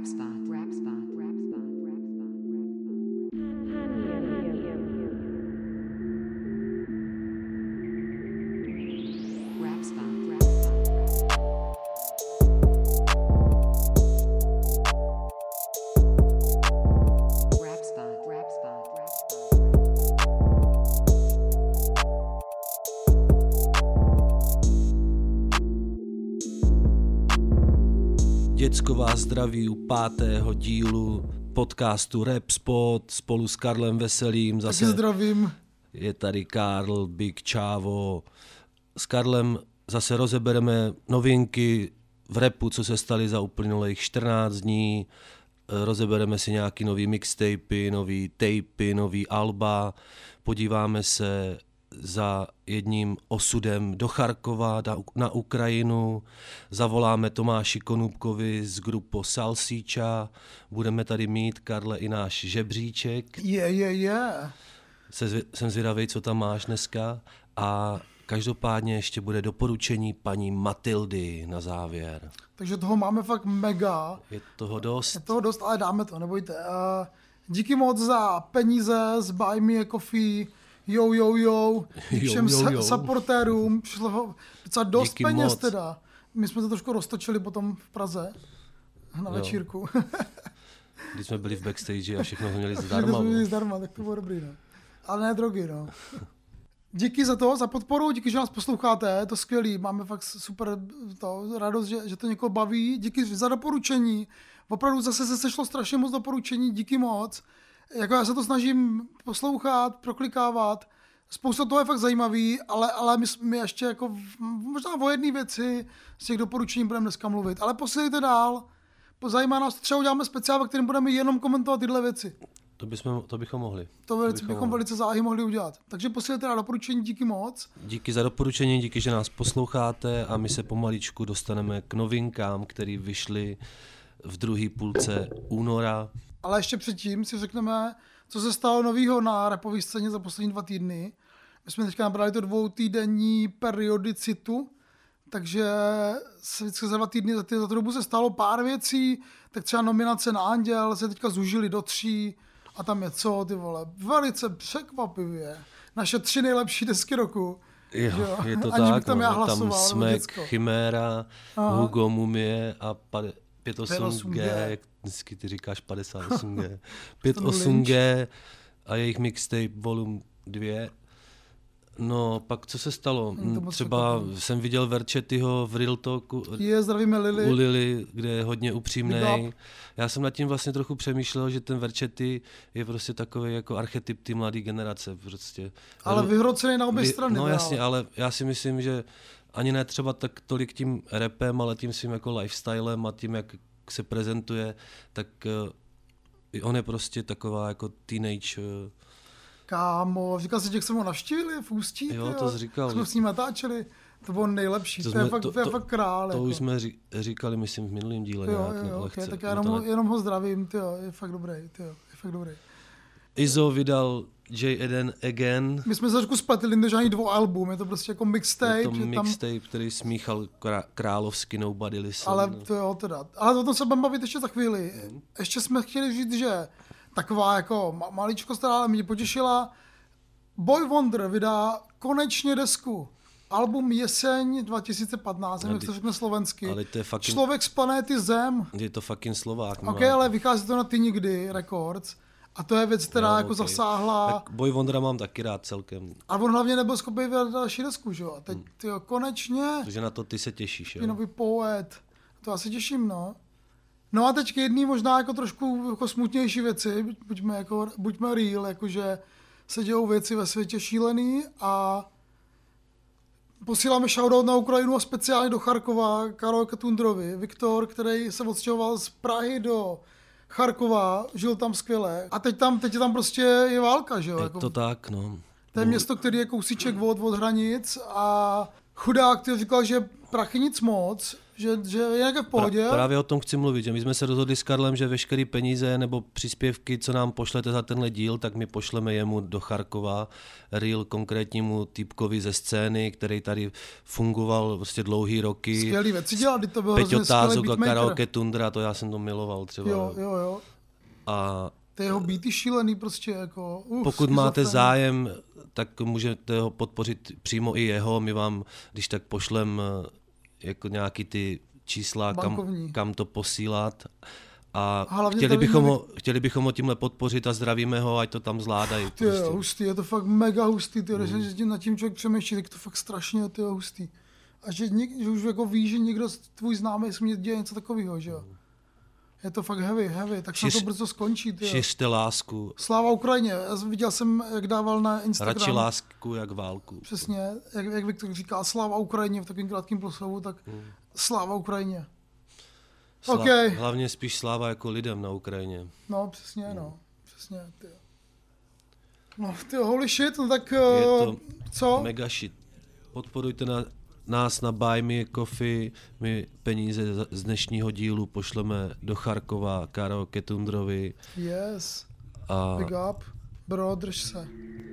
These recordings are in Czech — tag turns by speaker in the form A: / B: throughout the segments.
A: Děcko vás zdraví u 5. dílu podcastu Rap Spot spolu s Karlem Veselým.
B: Zase zdravím.
A: Je tady Karl, Big Čávo. S Karlem zase rozebereme novinky v rapu, co se staly za uplynulých 14 dní. Rozebereme si nějaký nový mixtapy, nový tapy, nový alba. Podíváme se za jedním osudem do Charkova, na Ukrajinu. Zavoláme Tomáši Konůbkovi z grupo Salsíča. Budeme tady mít, Karle, i náš žebříček. Jsem zvědavý, co tam máš dneska. A každopádně ještě bude doporučení paní Matildy na závěr.
B: Takže toho máme fakt mega.
A: Je toho dost,
B: ale dáme to, nebojte. Díky moc za peníze z Buy Me a Coffee. Všem supportérům přišlo docela dost díky peněz moc. Teda. My jsme to trošku roztočili potom v Praze na večírku.
A: Když jsme byli v backstage a všechno jsme měli
B: zdarma. Tak to bylo dobrý, no. Ale ne drogy, no. Díky za to, za podporu, díky, že nás posloucháte, je to skvělý, máme fakt super radost, že to někoho baví. Díky za doporučení, opravdu zase se sešlo strašně moc doporučení, díky moc. Jako já se to snažím poslouchat, proklikávat. Spousta toho je fakt zajímavý, ale my ještě jako možná o jedné věci z těch doporučení budeme dneska mluvit. Ale posílejte dál. Zajímá nás, třeba uděláme speciál, ve kterém budeme jenom komentovat tyhle věci.
A: To bychom mohli.
B: To bychom velice záhy mohli udělat. Takže posílejte dál doporučení, díky moc.
A: Díky za doporučení, díky, že nás posloucháte a my se pomaličku dostaneme k novinkám, které vyšly v druhé půlce února.
B: Ale ještě předtím si řekneme, co se stalo novýho na rapové scéně za poslední 2 týdny. My jsme teďka nabrali to 2týdenní periodicitu, takže se vždycky za 2 týdny, za tu dobu se stalo pár věcí, tak třeba nominace na Anděl se teďka zúžily do 3 a tam je co, ty vole, velice překvapivě. Naše 3 nejlepší desky roku.
A: Jo, je to tak, tam Smek, Chiméra, Hugo Mumie a 58G, jak dnesky ty říkáš 58G. 58G a jejich mixtape Volume 2. No, pak co se stalo? Třeba jsem viděl Verčetyho v Real Talku
B: zdravíme Lily.
A: U Lily, kde je hodně upřímnej. Já jsem nad tím vlastně trochu přemýšlel, že ten Verčety je prostě takový jako archetyp té mladé generace. Prostě.
B: Ale vyhrocený na obě strany.
A: No jasně, ale já si myslím, že ani ne třeba tak tolik tím rapem, ale tím svým jako lifestylem a tím, jak se prezentuje, tak on je prostě taková jako teenage.
B: Kámo, říkal jsi, že jsme ho navštívili v Ústí?
A: Jo, to jsi říkal.
B: Jsme s ním natáčeli, to bylo nejlepší, to je fakt král.
A: To už jsme říkali, myslím, v minulém díle.
B: Jo, okay, tak já jenom ho zdravím, je fakt dobrý.
A: Izo vydal J1 Again.
B: My jsme se trošku spletili, než ani 2 album, je to prostě jako mixtape.
A: Je to mixtape, který smíchal královsky Nobody Listen.
B: Ale to jo teda. Ale o tom se budeme bavit ještě za chvíli. Ještě jsme chtěli říct, že taková jako maličkost, která mě potěšila. Boy Wonder vydá konečně desku. Album Jeseň 2015, jak to řekne slovensky.
A: Ale to je fucking...
B: Člověk z planéty Zem.
A: Je to fucking Slovák.
B: Ok, ale vychází to na Ty nikdy Records. A to je věc, která jako zasáhla.
A: Tak Boy Wondera mám taky rád celkem.
B: A on hlavně nebyl schopný vydat další desku, že jo? A teď konečně.
A: Takže na to ty se těšíš, jo?
B: Nový poet. To já se těším, no. No a teď jedný možná jako trošku jako smutnější věci, buďme real, jakože se dějou věci ve světě šílený a posíláme shoutout na Ukrajinu a speciálně do Charkova Karol Tundrovi. Viktor, který se odstěhoval z Prahy do Charkova, žil tam skvěle a teď tam prostě je válka, že jo?
A: Je to tak, no.
B: To je město, který je kousíček od hranic a chudák, ty říkal, že prachy nic moc, že je nějaké v pohodě.
A: Právě o tom chci mluvit, že my jsme se rozhodli s Karlem, že veškeré peníze nebo příspěvky, co nám pošlete za tenhle díl, tak my pošleme jemu do Charkova, real konkrétnímu týpkovi ze scény, který tady fungoval prostě dlouhý roky.
B: Skvělý věci dělal, kdy to bylo
A: Peťo Tázok a Karaoke Tundra, to já jsem to miloval třeba.
B: Jo.
A: A
B: ty jeho beaty šílený prostě jako.
A: Pokud máte zájem, tak můžete ho podpořit přímo i jeho, my vám, když tak pošlem jako nějaký ty čísla, kam to posílat. A chtěli bychom ho tímhle podpořit a zdravíme ho, ať to tam zvládají.
B: Ty prostě. Hustý, je to fakt mega hustý, že nad tím člověk přemýšlí, tak to fakt strašně hustý. A že už jako ví, že někdo tvůj známý si děje něco takového, že jo. Je to fakt heavy, tak se to brzo skončí.
A: Šiřte lásku.
B: Sláva Ukrajině. Já viděl jsem, jak dával na Instagram.
A: Radši lásku jak válku.
B: Přesně, jak Viktor říká, sláva Ukrajině v takovém krátkém proslovu, tak sláva Ukrajině. Okay.
A: Hlavně spíš sláva jako lidem na Ukrajině.
B: No, přesně, přesně. Ty holy shit, no tak
A: je to
B: co?
A: Mega shit. Podporujte nás na Buy Me Coffee, my peníze z dnešního dílu pošleme do Charkova, Karaoke Tundrovi.
B: Yes, big up, bro, drž se.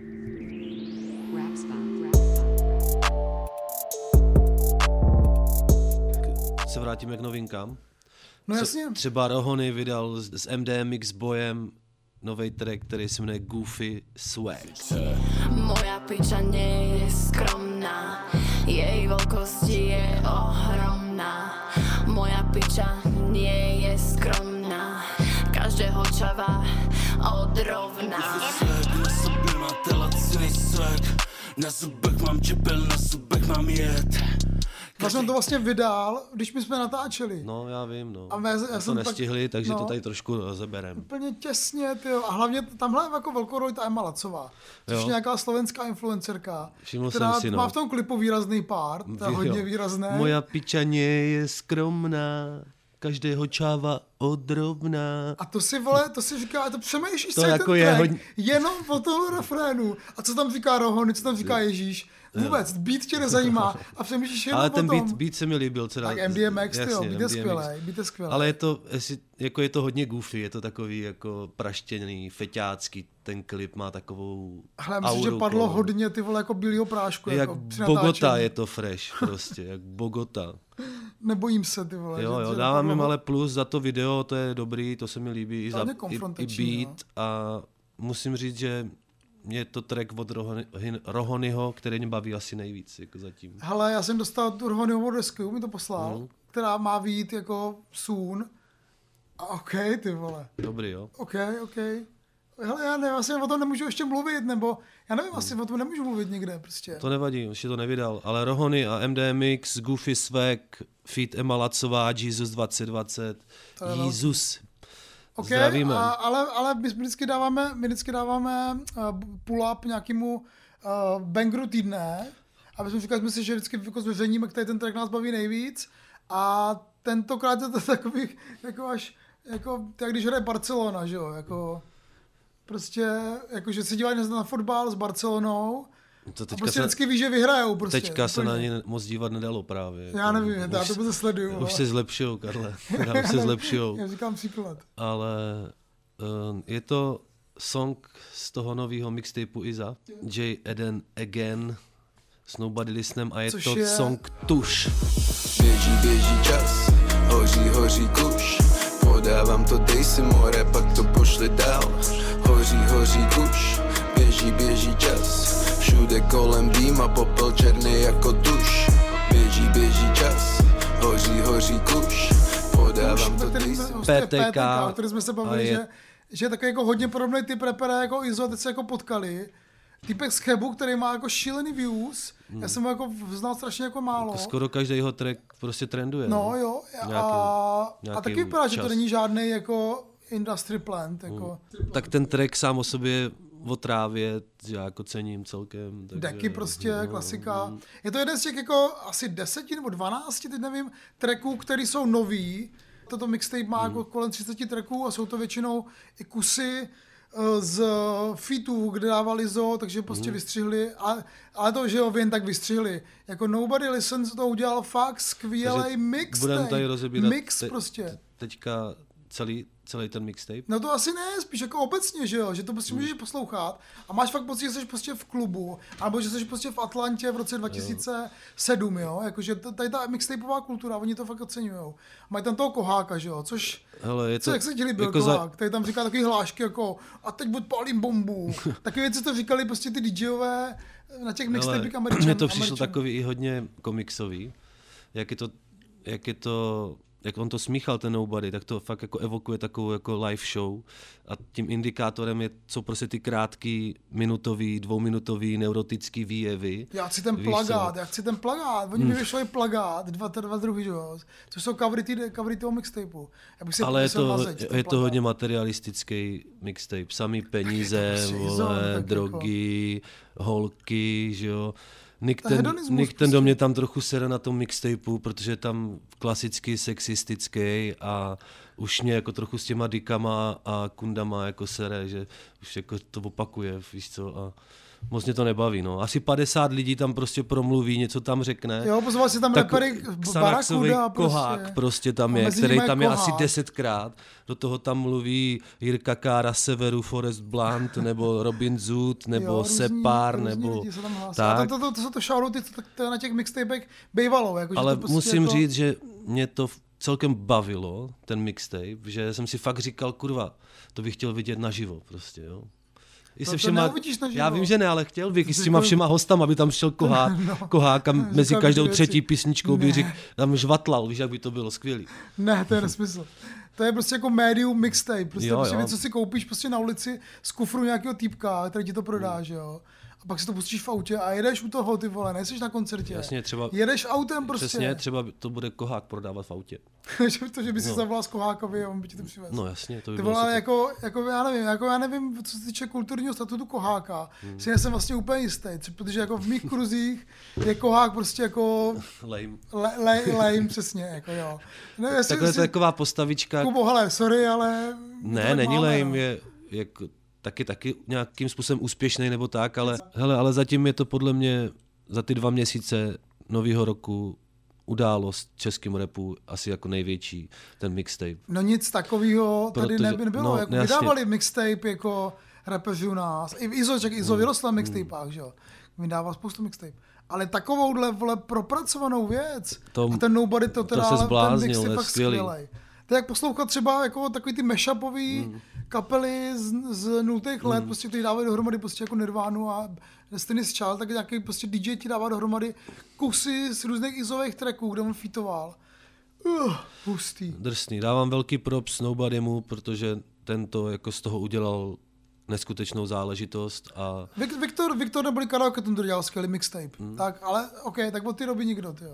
A: Se vrátíme k novinkám.
B: No jasně.
A: Třeba Rohony vydal s MDMX Bojem nový track, který se jmenuje Goofy Swag.
C: Moja piča nie je skromná, jej veľkosť je ohromná. Moja piča nie je skromná, každého čava odrovná.
D: Na sobě má telacný swag, na zubech mám čepel, na zubech mám jed.
B: Já jsem to vlastně vydal, když my jsme natáčeli.
A: No, já vím, no.
B: A já
A: to nestihli, takže to tady trošku rozeberem.
B: Úplně těsně, tyjo. A hlavně tamhle jako velkou roli ta Emma Lacová, což je nějaká slovenská influencerka, která má v tom klipu výrazný pár, to je hodně výrazné.
A: Moja piča nie je skromná, každého čáva odrovná.
B: A to si, vole, to si říká, to přemýšlíš
A: to
B: celý
A: jako
B: ten track, jenom po toho refrénu. A co tam říká Rohony, co tam říká Ježíš. Vůbec, beat tě nezajímá a přemýšlíš jenom
A: ale
B: o tom.
A: Ale ten beat se mi líbil.
B: Tak MDMX, tyjo, beat je skvělý.
A: Ale je to hodně goofy, je to takový jako praštěný, feťácký, ten klip má takovou
B: hele, myslím, že padlo hodně ty vole jako bílýho prášku.
A: Jak
B: jako
A: Bogota je to fresh prostě, jak Bogota.
B: Nebojím se, ty vole.
A: Jo, dávám jim ale plus za to video, to je dobrý, to se mi líbí i beat
B: no.
A: A musím říct, že mě to track od Rohonyho, který mě baví asi nejvíc, jako zatím.
B: Hele, já jsem dostal tu Rohonyho desku, mi to poslal, která má vyjít jako soon. A okej, ty vole.
A: Dobrý, jo.
B: Okej. Hele, já nevím, asi o tom nemůžu ještě mluvit, nebo já nevím, asi o tom nemůžu mluvit nikde prostě.
A: To nevadí, ještě to nevydal, ale Rohony a MDMX, Goofy Swag, feat Emma Lacová, Jesus 2020, Jesus. Zdravíme.
B: Ale my vždycky dáváme pull-up nějakému bangru týdne a my jsme říkali, že vždycky jako zveřejníme, který ten track nás baví nejvíc a tentokrát je to takový jako až jako když hraje Barcelona, že jo, jako prostě, jako že se dívají na fotbal s Barcelonou. To teďka a prostě vždycky ví, že vyhrajou. Prostě,
A: teďka se na ně moc dívat nedalo právě.
B: Já nevím, já to bude sleduju.
A: Už se zlepšujou, Karle. Už se zlepšujou.
B: Já říkám příklad.
A: Ale je to song z toho nového mixtapeu Iza. J. Eden Again s Nobody Listenem a je
B: což
A: to
B: je...
A: song Tuš.
D: Běží čas, hoří kuš. Podávám to, dej si more, pak to pošli dál. Hoří kuš, běží čas. Všude kolem dým a popel černý jako tuš. Běží čas, hoří kuš. Podávám to, dej si
B: PTK, o který jsme se bavili, že je takový jako hodně podobný typ rapera jako Izo, teď se jako potkali. Týpek z Chebu, který má jako šílený views, já jsem ho jako znal strašně jako málo.
A: Skoro každý jeho track prostě trenduje.
B: No jo, a taky vypadá, že to není žádný jako industry plant. Jako.
A: Tak ten track sám o sobě o trávě, já jako cením celkem.
B: Deky prostě, klasika. Je to jeden z těch jako asi 10 nebo 12, teď nevím, tracků, který jsou nový. Toto mixtape má jako kolem 30 tracků a jsou to většinou i kusy z featů, kde dávali Zo, takže prostě vystřihli, ale to, že ho jen tak vystřihli. Jako Nobody Listens to udělal fakt skvělej mix.
A: Budeme tady rozebírat
B: mix prostě.
A: Teďka celý ten mixtape?
B: No to asi ne, spíš jako obecně, že jo, že to prostě můžeš poslouchat a máš fakt pocit, že jsi prostě v klubu, nebo že jsi prostě v Atlantě v roce 2007, jo, jakože tady ta mixtapeová kultura, oni to fakt oceňujou. Mají tam toho Koháka, že jo, což,
A: hele,
B: jak se ti líbil jako Kohák, tady tam říká takový hlášky jako a teď odpálím bombu. Takové věci to říkali prostě ty DJové na těch mixtapech Američanů.
A: Mně to přišlo takový i hodně komiksový, jak on to smíchal, ten Nobody, tak to fakt jako evokuje takovou jako live show a tím indikátorem jsou prostě ty krátký minutový, dvouminutový neurotický výjevy.
B: Já chci ten plagát, oni vyvěšovali plagát, dva druhy, jo, což jsou covery toho mixtapeu.
A: Ale je to hodně materialistický mixtape, samý peníze, vole, drogy, holky, že jo. Nick ten do mě tam trochu sere na tom mixtapeu, protože je tam klasicky sexistický a už mě jako trochu s těma dikama a kundama jako sere, že už jako to opakuje, víš co, a moc mě to nebaví, no. Asi 50 lidí tam prostě promluví, něco tam řekne.
B: Jo, pozval si tam rapery Barakuda
A: Kohák prostě tam je, který tam je asi 10krát. Do toho tam mluví Jirka Kára Severu, Forest Blunt, nebo Robin Zoot, nebo Separ, nebo tak.
B: To jsou to shouty, to na těch mixtapech bývalo. Jako,
A: ale
B: prostě
A: musím
B: jako...
A: říct, že mě to celkem bavilo, ten mixtape, že jsem si fakt říkal, kurva, to bych chtěl vidět naživo prostě, jo. Já vím, že ne, ale chtěl bych s těma všema hostama, aby tam šel Kohák a mezi každou třetí písničkou bych řekl, tam žvatlal, víš, jak by to bylo skvělý.
B: Ne, to je nesmysl. To je prostě jako medium mixtape, prostě věc, co si koupíš prostě na ulici z kufru nějakého týpka, který ti to prodá, že jo. A pak si to pustíš v autě a jedeš u toho, ty vole, nejseš na koncertě.
A: Jasně, třeba,
B: jedeš autem prostě.
A: Přesně, třeba to bude Kohák prodávat v autě.
B: že by si zavolal z Kohákovi a on by ti to přivez.
A: No jasně, to by
B: ty
A: bylo
B: vole, jako já nevím, co se týče kulturního statutu Koháka, si nejsem vlastně úplně jistý, protože jako v mých kruzích je Kohák prostě jako... lame, přesně, jako jo.
A: Ne, takhle je taková postavička...
B: Kubo, hele, sorry, ale...
A: Ne, není lame, je jako... Taky nějakým způsobem úspěšný nebo tak, ale zatím je to podle mě za ty 2 měsíce nového roku událost českým rapu asi jako největší, ten mixtape.
B: No nic takového tady nebylo, no, jako vydávali mixtape jako rapeři u nás. Izo vyrostla v mixtapách, že jo. Vydával spoustu mixtape. Ale takovouhle propracovanou věc, a ten Nobody to teda,
A: se zbláznil,
B: ten mix je fakt skvělej. To je jak poslouchat třeba jako takový ty mashupový kapely z 0. let, prostě, který dávají dohromady prostě jako Nirvánu a Destiny's Child, tak nějaký prostě DJ ti dává dohromady kusy z různých izových tracků, kde on featoval. Hustý.
A: Drsný. Dávám velký props Nobodymu, protože tento jako z toho udělal neskutečnou záležitost a...
B: Viktor nebyl karaoke, ten to dělal skvělý mixtape. Tak, ale tak od ty doby nikdo, tyjo.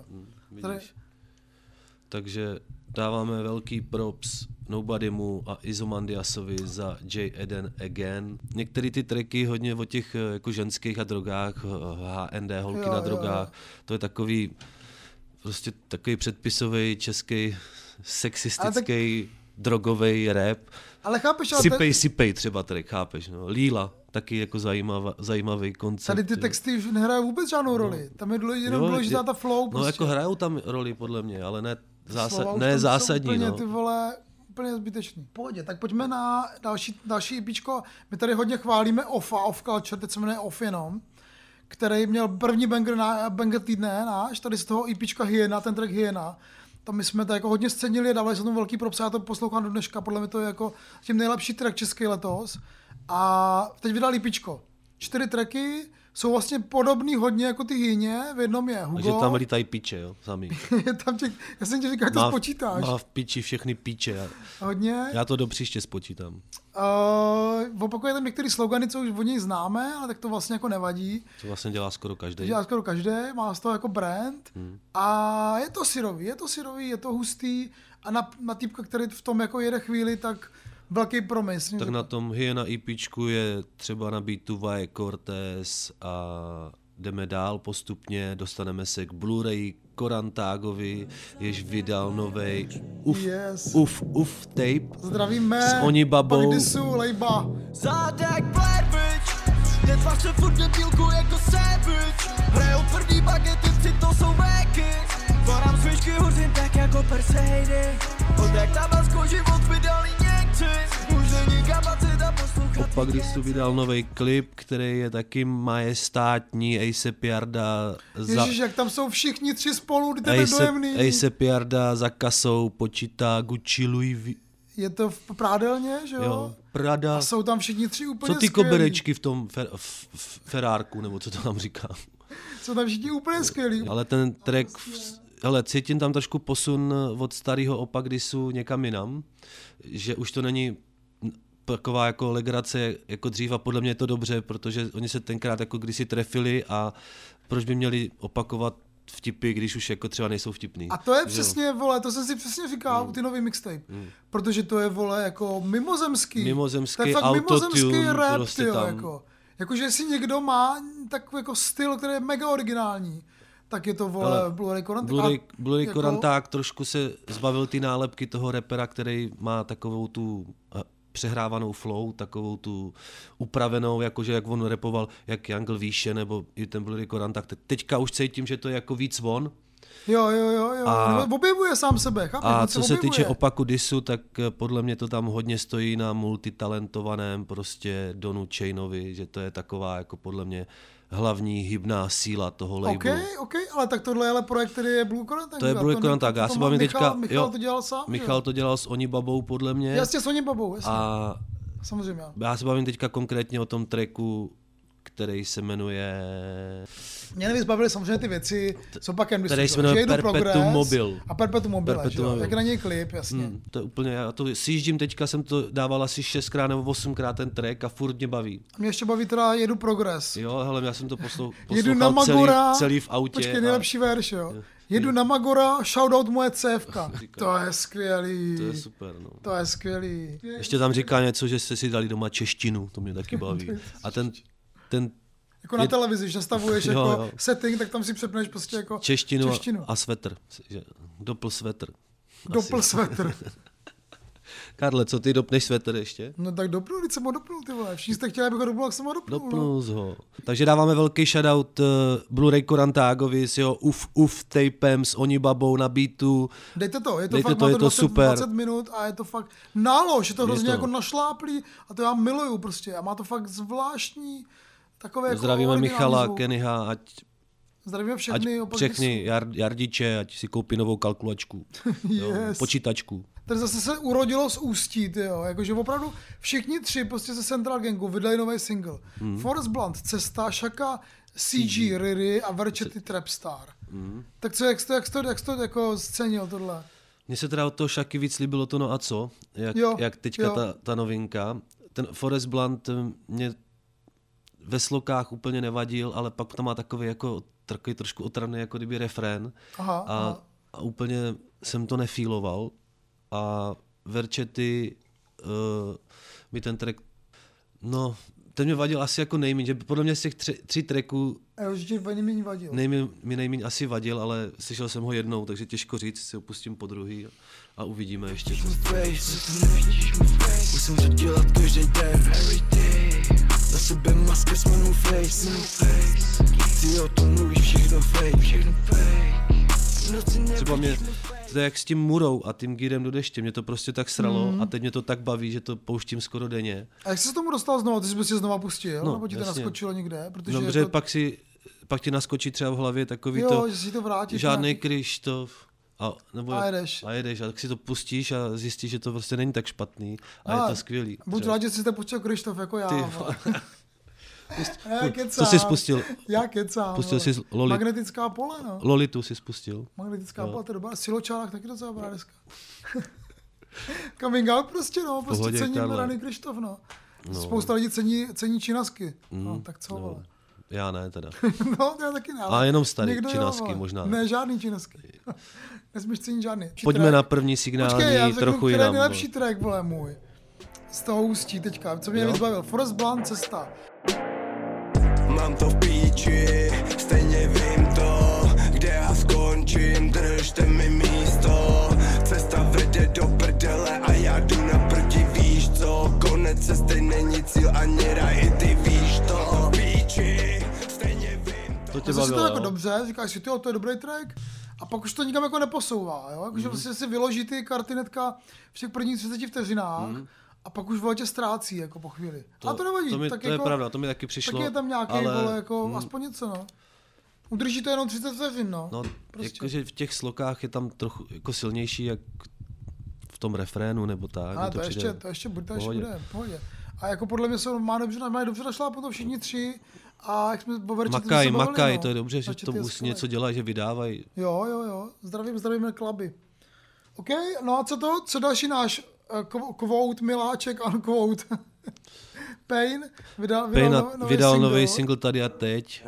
A: Takže dáváme velký props Nobodymu a Izomandiasovi za J. Eden Again. Některé ty tracky hodně o těch jako ženských a drogách, HND, holky na drogách, to je takový prostě takový předpisový český sexistický drogový rap.
B: Ale chápeš,
A: Sypej třeba track, chápeš, no. Líla, taky jako zajímavý koncept.
B: Tady ty texty už nehrají vůbec žádnou roli. Tam je jenom důležitá ta flow.
A: No jako hrajou tam roli podle mě, ale ne zásadní.
B: Úplně,
A: no.
B: ty vole, úplně zbytečný. Pohodě, tak pojďme na další EPčko. My tady hodně chválíme Off Culture, teď se jmenuje Off jenom, který měl první banger týdne náš, tady z toho EPčka Hyena, ten track Hyena. Tam my jsme to jako hodně scenili a dávali se tomu velký props, já to poslouchám do dneška, podle mě to je jako tím nejlepší track český letos. A teď vydal EPčko. 4 tracky, jsou vlastně podobný hodně jako ty Hyně, v jednom je Hugo.
A: Takže tam lítají piče, jo, sami.
B: Já jsem ti říkal, to spočítáš.
A: Má v piči všechny piče.
B: Hodně.
A: Já to do příště spočítám.
B: Opakuje tam některé slogany, co už od něj známe, ale tak to vlastně jako nevadí.
A: To vlastně dělá skoro každý.
B: Má z toho jako brand. A je to syrový, je to hustý a na týpka, který v tom jako jede chvíli, tak velký promis.
A: Tak na tom Hyena EPčku je třeba na beatu Vaje Cortez a jdeme dál postupně, dostaneme se k Blu-ray Korantágovi, jež vydal novej Uf tape.
B: Zdravíme.
A: S Onibabou.
B: Pak Disu, Lejba.
E: Zádek Blair Witch, netvář se furt debilku jako sandwich. Hrajou tvrdý bagety, přitom jsou véky. Varám svíčky hořím tak jako Perseidy. Odek tam vás život vydali někci. Už není kapacita poslouchat.
A: Opak Disu vydal nový klip, který je taky majestátní. A$AP Yarda
B: Ježiš, jak tam jsou všichni tři spolu, to je tak dojemný.
A: A$AP Yarda za kasou počítá Gucci Louis
B: Je to v Prádelně, že jo?
A: Prada.
B: A jsou tam všichni tři úplně
A: Co ty
B: skvělí.
A: koberečky v tom Ferrárku, nebo co to tam říká.
B: Jsou tam všichni úplně skvělí.
A: Ale ten track, hele, cítím tam trošku posun od starého Opak Disu někam jinam, že už to není taková jako legrace jako dřív a podle mě je to dobře, protože oni se tenkrát jako kdysi trefili a proč by měli opakovat vtipy, když už jako třeba nejsou vtipný.
B: A to je přesně, vole, to jsem si přesně říkal u ty nový mixtape. Protože to je, vole, jako mimozemský to je fakt mimozemský rap, prostě tyjo, jako. Jakože jestli někdo má takový jako styl, který je mega originální, tak je to, vole, Blu-ray Koranták.
A: Blu-ray Koranták trošku se zbavil ty nálepky toho rapera, který má takovou tu přehrávanou flow, takovou tu upravenou, jakože jak on rapoval, jak Jungle Výše, nebo i ten Blu-ray Koranták. Teďka už cítím, že to je jako víc on.
B: Jo. Objevuje sám sebe, chápeš?
A: A co se týče Opaku Disu, tak podle mě to tam hodně stojí na multitalentovaném prostě Donu Chainovi, že to je taková jako podle mě hlavní hybná síla toho labelu.
B: OK, ale tak tohle je ale projekt, který je Blue Koranták.
A: To je Blue Koranták, já si bavím teďka...
B: Michal to dělal sám,
A: Michal to dělal s Onibabou, podle mě.
B: Jasně, s Onibabou, jasně.
A: A
B: samozřejmě.
A: Já se bavím teďka konkrétně o tom tracku, který se jmenuje...
B: Mě nevybavili samozřejmě ty věci s Opakem Disu.
A: Který se jmenuje Perpetuum Mobile.
B: A Perpetuum Mobile, jak na něj klip, jasně.
A: To je úplně, já to sjíždím teďka, jsem to dával asi 6x nebo 8x ten track a furt mě baví.
B: A mě ještě baví teda Jedu Progress.
A: Jo, hele, já jsem to poslouchal
B: Jedu na Magora,
A: celý v autě.
B: Počkej, nejlepší verš, jo. Jedu na Magora, shoutout moje cévka. To je skvělý.
A: To je super, no.
B: To je skvělý.
A: Ještě tam říká něco, že jste si dali doma češtinu, to mě taky baví. A ten
B: jako na televizi, když nastavuješ jako setting, tak tam si přepneš prostě jako
A: češtinu. A svetr. Dopl svetr.
B: Dopl svetr.
A: Karle, co ty dopneš svetr ještě?
B: No tak dopnu, když jsem ho dopnul, ty vole. Všichni jste chtěli, abych ho dopnul, jak jsem ho dopnul.
A: Dopnul ho. Takže dáváme velký shoutout Blu-ray Korantágovi s jeho Uf tapem s Onibabou na beatu.
B: Dejte to, je to fakt, máte 20 minut a je to fakt nálož, je to hrozně jako našláplý a to já miluju prostě a má to fakt zvláštní takové jako
A: zdravíme Michala, Kennyha,
B: zdravíme
A: všechny Jardiče, ať si koupí novou kalkulačku,
B: yes.
A: Počítačku.
B: Tady zase se urodilo z ústí, tyjo. Jakože opravdu všichni tři prostě ze Central Gangu vydali nový single. Forrest Blunt, Cesta, Shaka, CG, Riri a Verčety Trapstar. Tak co, jak to jako scenil tohle?
A: Mně se teda od toho Shaky víc líbilo to no a co, jak teďka ta novinka. Ten Forrest Blunt mě ve slokách úplně nevadil, ale pak tam má takový jako trošku otravný jako kdyby refrén a úplně jsem to nefíloval a Verčety mi ten track, no ten mě vadil asi jako nejméně, že podle mě z těch tří tracků nejméně asi vadil, ale slyšel jsem ho jednou, takže těžko říct, si ho pustím po druhý a uvidíme ještě.
E: Musím to dělat každý den, na sebe maska s mnou face. Ty o tom mluvíš, všechno fake.
A: Třeba mě, to je jak s tím Murou a tím Gidem do deště, mě to prostě tak sralo a teď mě to tak baví, že to pouštím skoro denně.
B: A jak jsi se tomu dostal znovu? Ty jsi si znova pustil? No, nebo ti to naskočilo někde?
A: Protože dobře, to... pak ti naskočí třeba v hlavě takový
B: jo, že si to vrátíš
A: žádnej Krištof. A jedeš. A tak si to pustíš a zjistíš, že to prostě není tak špatný a je to skvělý.
B: Buď rád, že jsi to pustil Krištof jako já.
A: Co jsi spustil?
B: Já kecám.
A: Pustil jsi Lolitu.
B: Magnetická pole, no.
A: Lolitu jsi spustil.
B: Magnetická pole, to je dobrá. Siločárák taky docela dobrá dneska. Coming out prostě, no. Prostě pohodě, cením raný Krištof, no. Spousta lidí cení činasky. No, tak co, vole.
A: Já ne teda.
B: No, já taky ne.
A: A jenom starý činasky možná.
B: Ne, žádný činasky. Nesmíš cenit žádný.
A: Pojďme na první signální, trochu jinam.
B: Počkej, já nejlepší track, vole, můj. Z toho Ústí teďka, co mě vyzbavil. Forrest Blunt, Cesta.
E: Mám to v píči,
A: tě
B: si to
A: bavilo,
B: jako
A: jo?
B: dobře, říkáš si, to je dobrý track, a pak už to nikam jako neposouvá, jo? Jakože vlastně si vyloží ty karty hnedka v těch prvních 30 vteřinách a pak už tě ztrácí jako po chvíli. A to nevadí.
A: To je pravda, to mi taky přišlo.
B: Tak je tam nějaký, vole, jako aspoň něco, no. Udrží to jenom 30 vteřin, no.
A: No,
B: prostě.
A: jakože v těch slokách je tam trochu jako silnější, jak v tom refrénu, nebo tak.
B: Ale to ještě bude, v pohodě. A jako podle mě mají dobře našla potom všichni tři a jak jsme o Verčetu
A: Makaj,
B: no.
A: to je dobře, že to už něco dělá, že vydávají.
B: Jo. Zdravím kluby. OK, no a co další náš quote, miláček, unquote? Pain
A: vydal nový single tady a teď.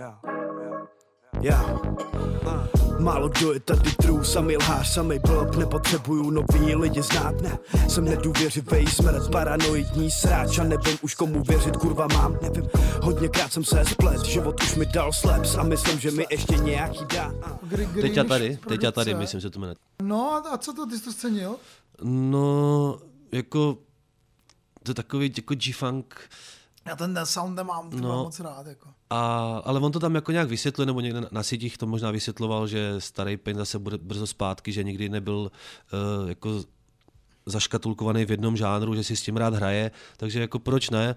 E: Málo kdo je tady true, samý lhář, samý blb, nepotřebuju nový lidi znát, ne. Jsem nedůvěřivej, smrt, paranoidní sráč a nevím už komu věřit, kurva mám, nevím. Hodněkrát jsem se splet, život už mi dal slaps a myslím, že mi ještě nějaký dá.
A: Teď a tady, myslím, že to jmenuje.
B: No a co to, ty jsi to scenil?
A: No, jako, to je takový jako G-funk.
B: Já ten sound nemám moc rád, jako.
A: Ale on to tam jako nějak vysvětluje, nebo někde na sítích to možná vysvětloval, že starý Pain zase bude brzo zpátky, že nikdy nebyl jako zaškatulkovaný v jednom žánru, že si s tím rád hraje, takže jako proč ne?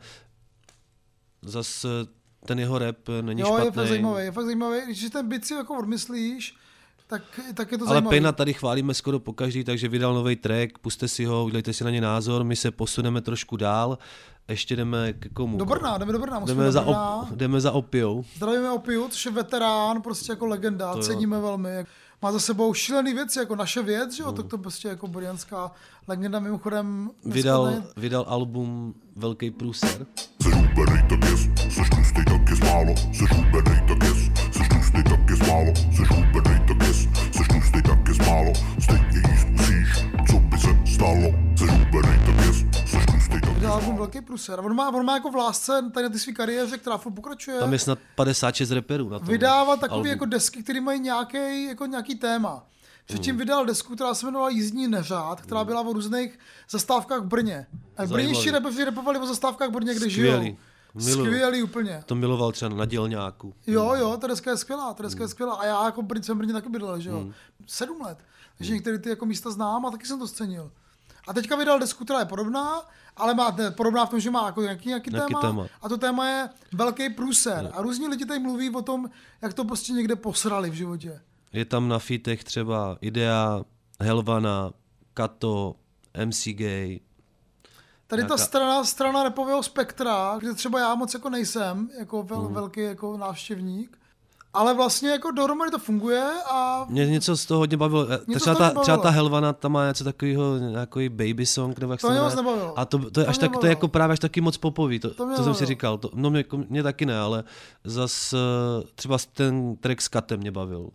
A: Zase ten jeho rap není špatný.
B: Je fakt zajímavý, když ten beat si jako odmyslíš, tak je to zajímavé.
A: Ale Paina tady chválíme skoro pokaždý, takže vydal nový track, puste si ho, udělejte si na ně názor, my se posuneme trošku dál, ještě jdeme k komu?
B: Do Brna.
A: Jdeme za Opiou.
B: Zdravíme Opiu, což je veterán, prostě jako legenda, ceníme velmi. Má za sebou šílený věci, jako Naše věc, že jo, tak to prostě jako brněnská legenda, mimochodem.
A: Vydal album Velký průser.
F: Seš hubenej, tak jest, seš tlustej, tak jest málo, seš hubenej, tak jest, seš tlustej, tak jest málo, seš hubenej, tak jest, seš tlustej, tak jest málo, stejně jíst musíš, co by se stalo, seš hubenej, tak jest, seš tlustej, tak jest
B: málo. Album Velký průser. On má jako v lásce tady na ty svý kariéře, která furt pokračuje.
A: Tam je snad 56 rapperů na tom.
B: Vydává takové jako desky, které mají nějaký téma. Předtím vydal desku, která se jmenovala Jízdní neřád, která byla o různých zastávkách v Brně. A brnější rapeři rapovali o zastávkách v Brně, kde žijou. Skvělý úplně.
A: To miloval třeba na Dělňáku.
B: Jo, ta deska je skvělá, A já jako jsem v Brně taky bydlel, že jo. 7 let. Takže některé ty jako místa znám a taky jsem to scenil. A teďka vydal desku, která je podobná, ale podobná v tom, že má jako nějaký téma. A to téma je Velký průser. A různí lidi tady mluví o tom, jak to prostě někde posrali v životě.
A: Je tam na featech třeba Idea, Helvana, Kato, MC Gay.
B: Tady ta strana rapového spektra, kde třeba já moc jako nejsem, jako velký jako návštěvník, ale vlastně jako dohromady to funguje a...
A: Mě něco z toho hodně bavilo. Třeba ta Helvana, tam má něco takového, nějaký baby song, nebo jak
B: to
A: se
B: mě moc nebavilo.
A: A to je až tak, to je jako právě až taky moc popový, to jsem si říkal. Mě taky ne, ale zas třeba ten track s Katem mě bavil.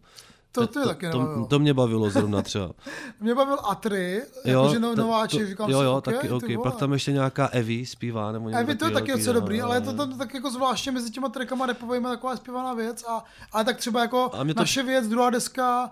A: To mě bavilo zrovna třeba.
B: Mě bavil Atry, jakože nováček, říkám si,
A: okay. Pak tam ještě nějaká Evie zpívá.
B: Evie to je taky docela dobrý, ale je to tam tak jako zvláštně mezi těma trackama rapovými taková zpívaná věc, ale tak třeba jako Naše věc, druhá deska,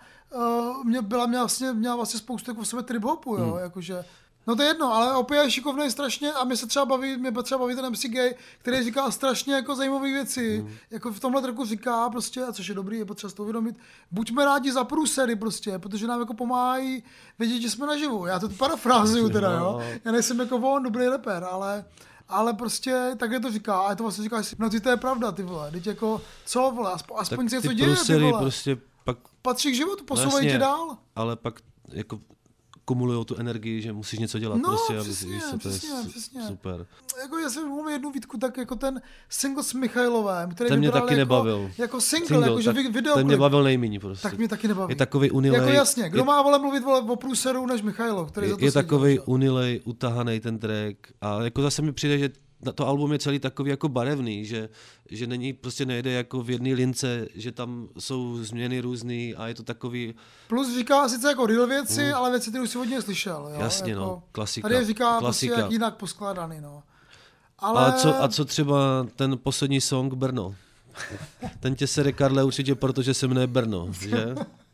B: měla vlastně spoustu jako v sobě trip-hopu, jo, jakože. No to je jedno, ale Opie je šikovnej strašně a mě třeba baví ten MC Gay, který říká strašně jako zajímavé věci. Jako v tomhle tracku říká prostě, a což je dobrý, je potřeba to uvědomit, buďme rádi za průsery prostě, protože nám jako pomáhají vědět, že jsme naživu. Já to parafrázuju teda, jo. Já nejsem jako on dobrý rapper, ale prostě takhle to říká a to vlastně říkáš si, no ty to je pravda, ty vole, teď jako, co vole, aspoň si něco děje, ty vole.
A: Prostě pak
B: patří k životu, posouvej tě dál.
A: Ale pak jako kumulujou tu energii, že musíš něco dělat.
B: No,
A: prostě,
B: přesně.
A: Super.
B: Jako já jsem měl jednu výtku, tak jako ten single s Michailovem, který
A: ten mě taky
B: jako,
A: nebavil.
B: Jako single jakože videoklip.
A: Ten mě bavil nejméně prostě.
B: Tak mě taky nebaví.
A: Je takovej unilej.
B: Jako jasně, kdo má vole mluvit o průseru než Michailov, který za to
A: je takovej unilej, utahanej ten track a jako zase mi přijde, že to album je celý takový jako barevný, že není, prostě nejde jako v jedné lince, že tam jsou změny různý a je to takový...
B: Plus říká sice jako real věci, ale věci, které už si hodně slyšel. Jo?
A: Jasně,
B: jako,
A: no, klasika.
B: Tady říká prostě jak jinak poskládaný, no.
A: Ale... A co třeba ten poslední song Brno? Ten tě sere, Karle, určitě, protože se jmenuje Brno, že?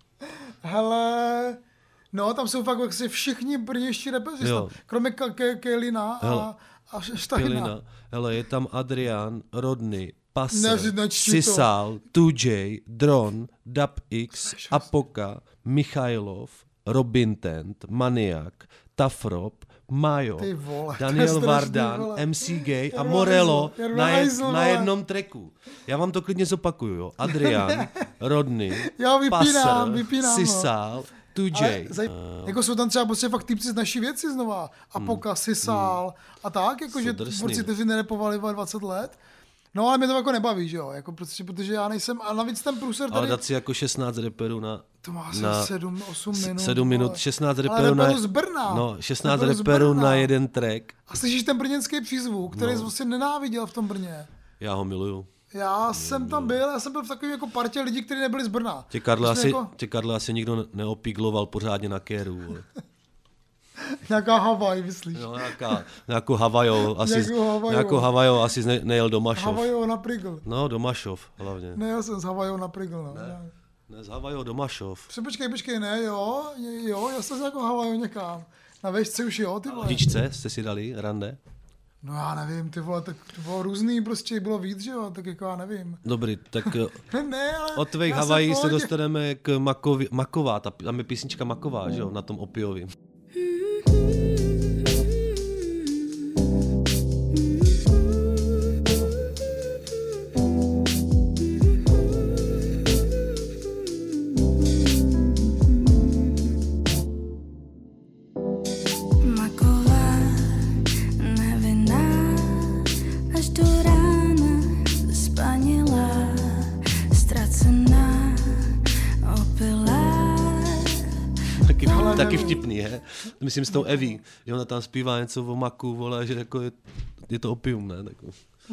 B: Hele... No, tam jsou fakt vlastně všichni brnější rapeři, kromě Kelina a Štajna.
A: Hele, je tam Adrian, Rodney, Passer,
B: Nečti to.
A: Sisal, 2J, Dron, DubX, Apoka, Michailov, Robintent, Maniak, Tafrop, Majo,
B: Ty vole, to je
A: Daniel
B: strašný,
A: Vardan,
B: vole.
A: MC Gay a
B: Jarda
A: Morello
B: Hajzl, Jarda Hajzl,
A: na
B: vole.
A: jednom tracku. Já vám to klidně zopakuju, jo. Adrian, Rodney,
B: Já vypínám, no.
A: Sisal, 2J.
B: Jako jsou tam třeba prostě fakt týpci z naší věci znova. Apoka, Sisal a tak, jakože
A: drsný.
B: tvůrci, kteří nerepovali 20 let. No ale mě to jako nebaví, že jo, jako prostě, protože já nejsem, a navíc ten průser
A: Ale
B: tady,
A: dát si jako 16 reperů
B: to má asi
A: na
B: 7-8 minut.
A: 7 minut,
B: vole.
A: 16
B: Ale
A: reperů na...
B: reperů z Brna.
A: No, 16
B: Reperů z
A: reperů
B: Brna.
A: na jeden track.
B: A slyšíš ten brněnský přízvuk, který jsi vlastně nenáviděl v tom Brně.
A: Já ho miluju.
B: Já jsem tam byl, já jsem byl v takovém jako partě lidí, kteří nebyli z Brna.
A: Tě Karle asi nikdo neopigloval pořádně na kéru. Vole.
B: Nějaká Havaj, myslíš?
A: No, nějakou Havajo. Nějakou Havajo asi nejel do Mašov.
B: Havajo na Prigl.
A: No, do Mašov hlavně.
B: Ne, já jsem s Havajou na Prigl, no.
A: Ne, z Havajo do Mašov.
B: Počkej, ne, jo, já jsem jako Havajo někam. Na vešce už jo, ty vole.
A: Vdičce jste si dali rande?
B: No já nevím, ty vole, tak to bylo různý, prostě bylo víc, že jo, tak jako já nevím.
A: Dobrý, tak
B: Ne, ale
A: od tvých
B: já jsem
A: Havají
B: v
A: se
B: pohodě.
A: dostaneme k Maková, tam je písnička Maková, že jo, na tom Opiovi.
C: Maková, nevinná, až do rána spanilá, ztracená, opilá.
A: Taky vtipný, je? Myslím s tou Eví, že ona tam zpívá něco o maku, vole, že jako je to opium, ne? Tak...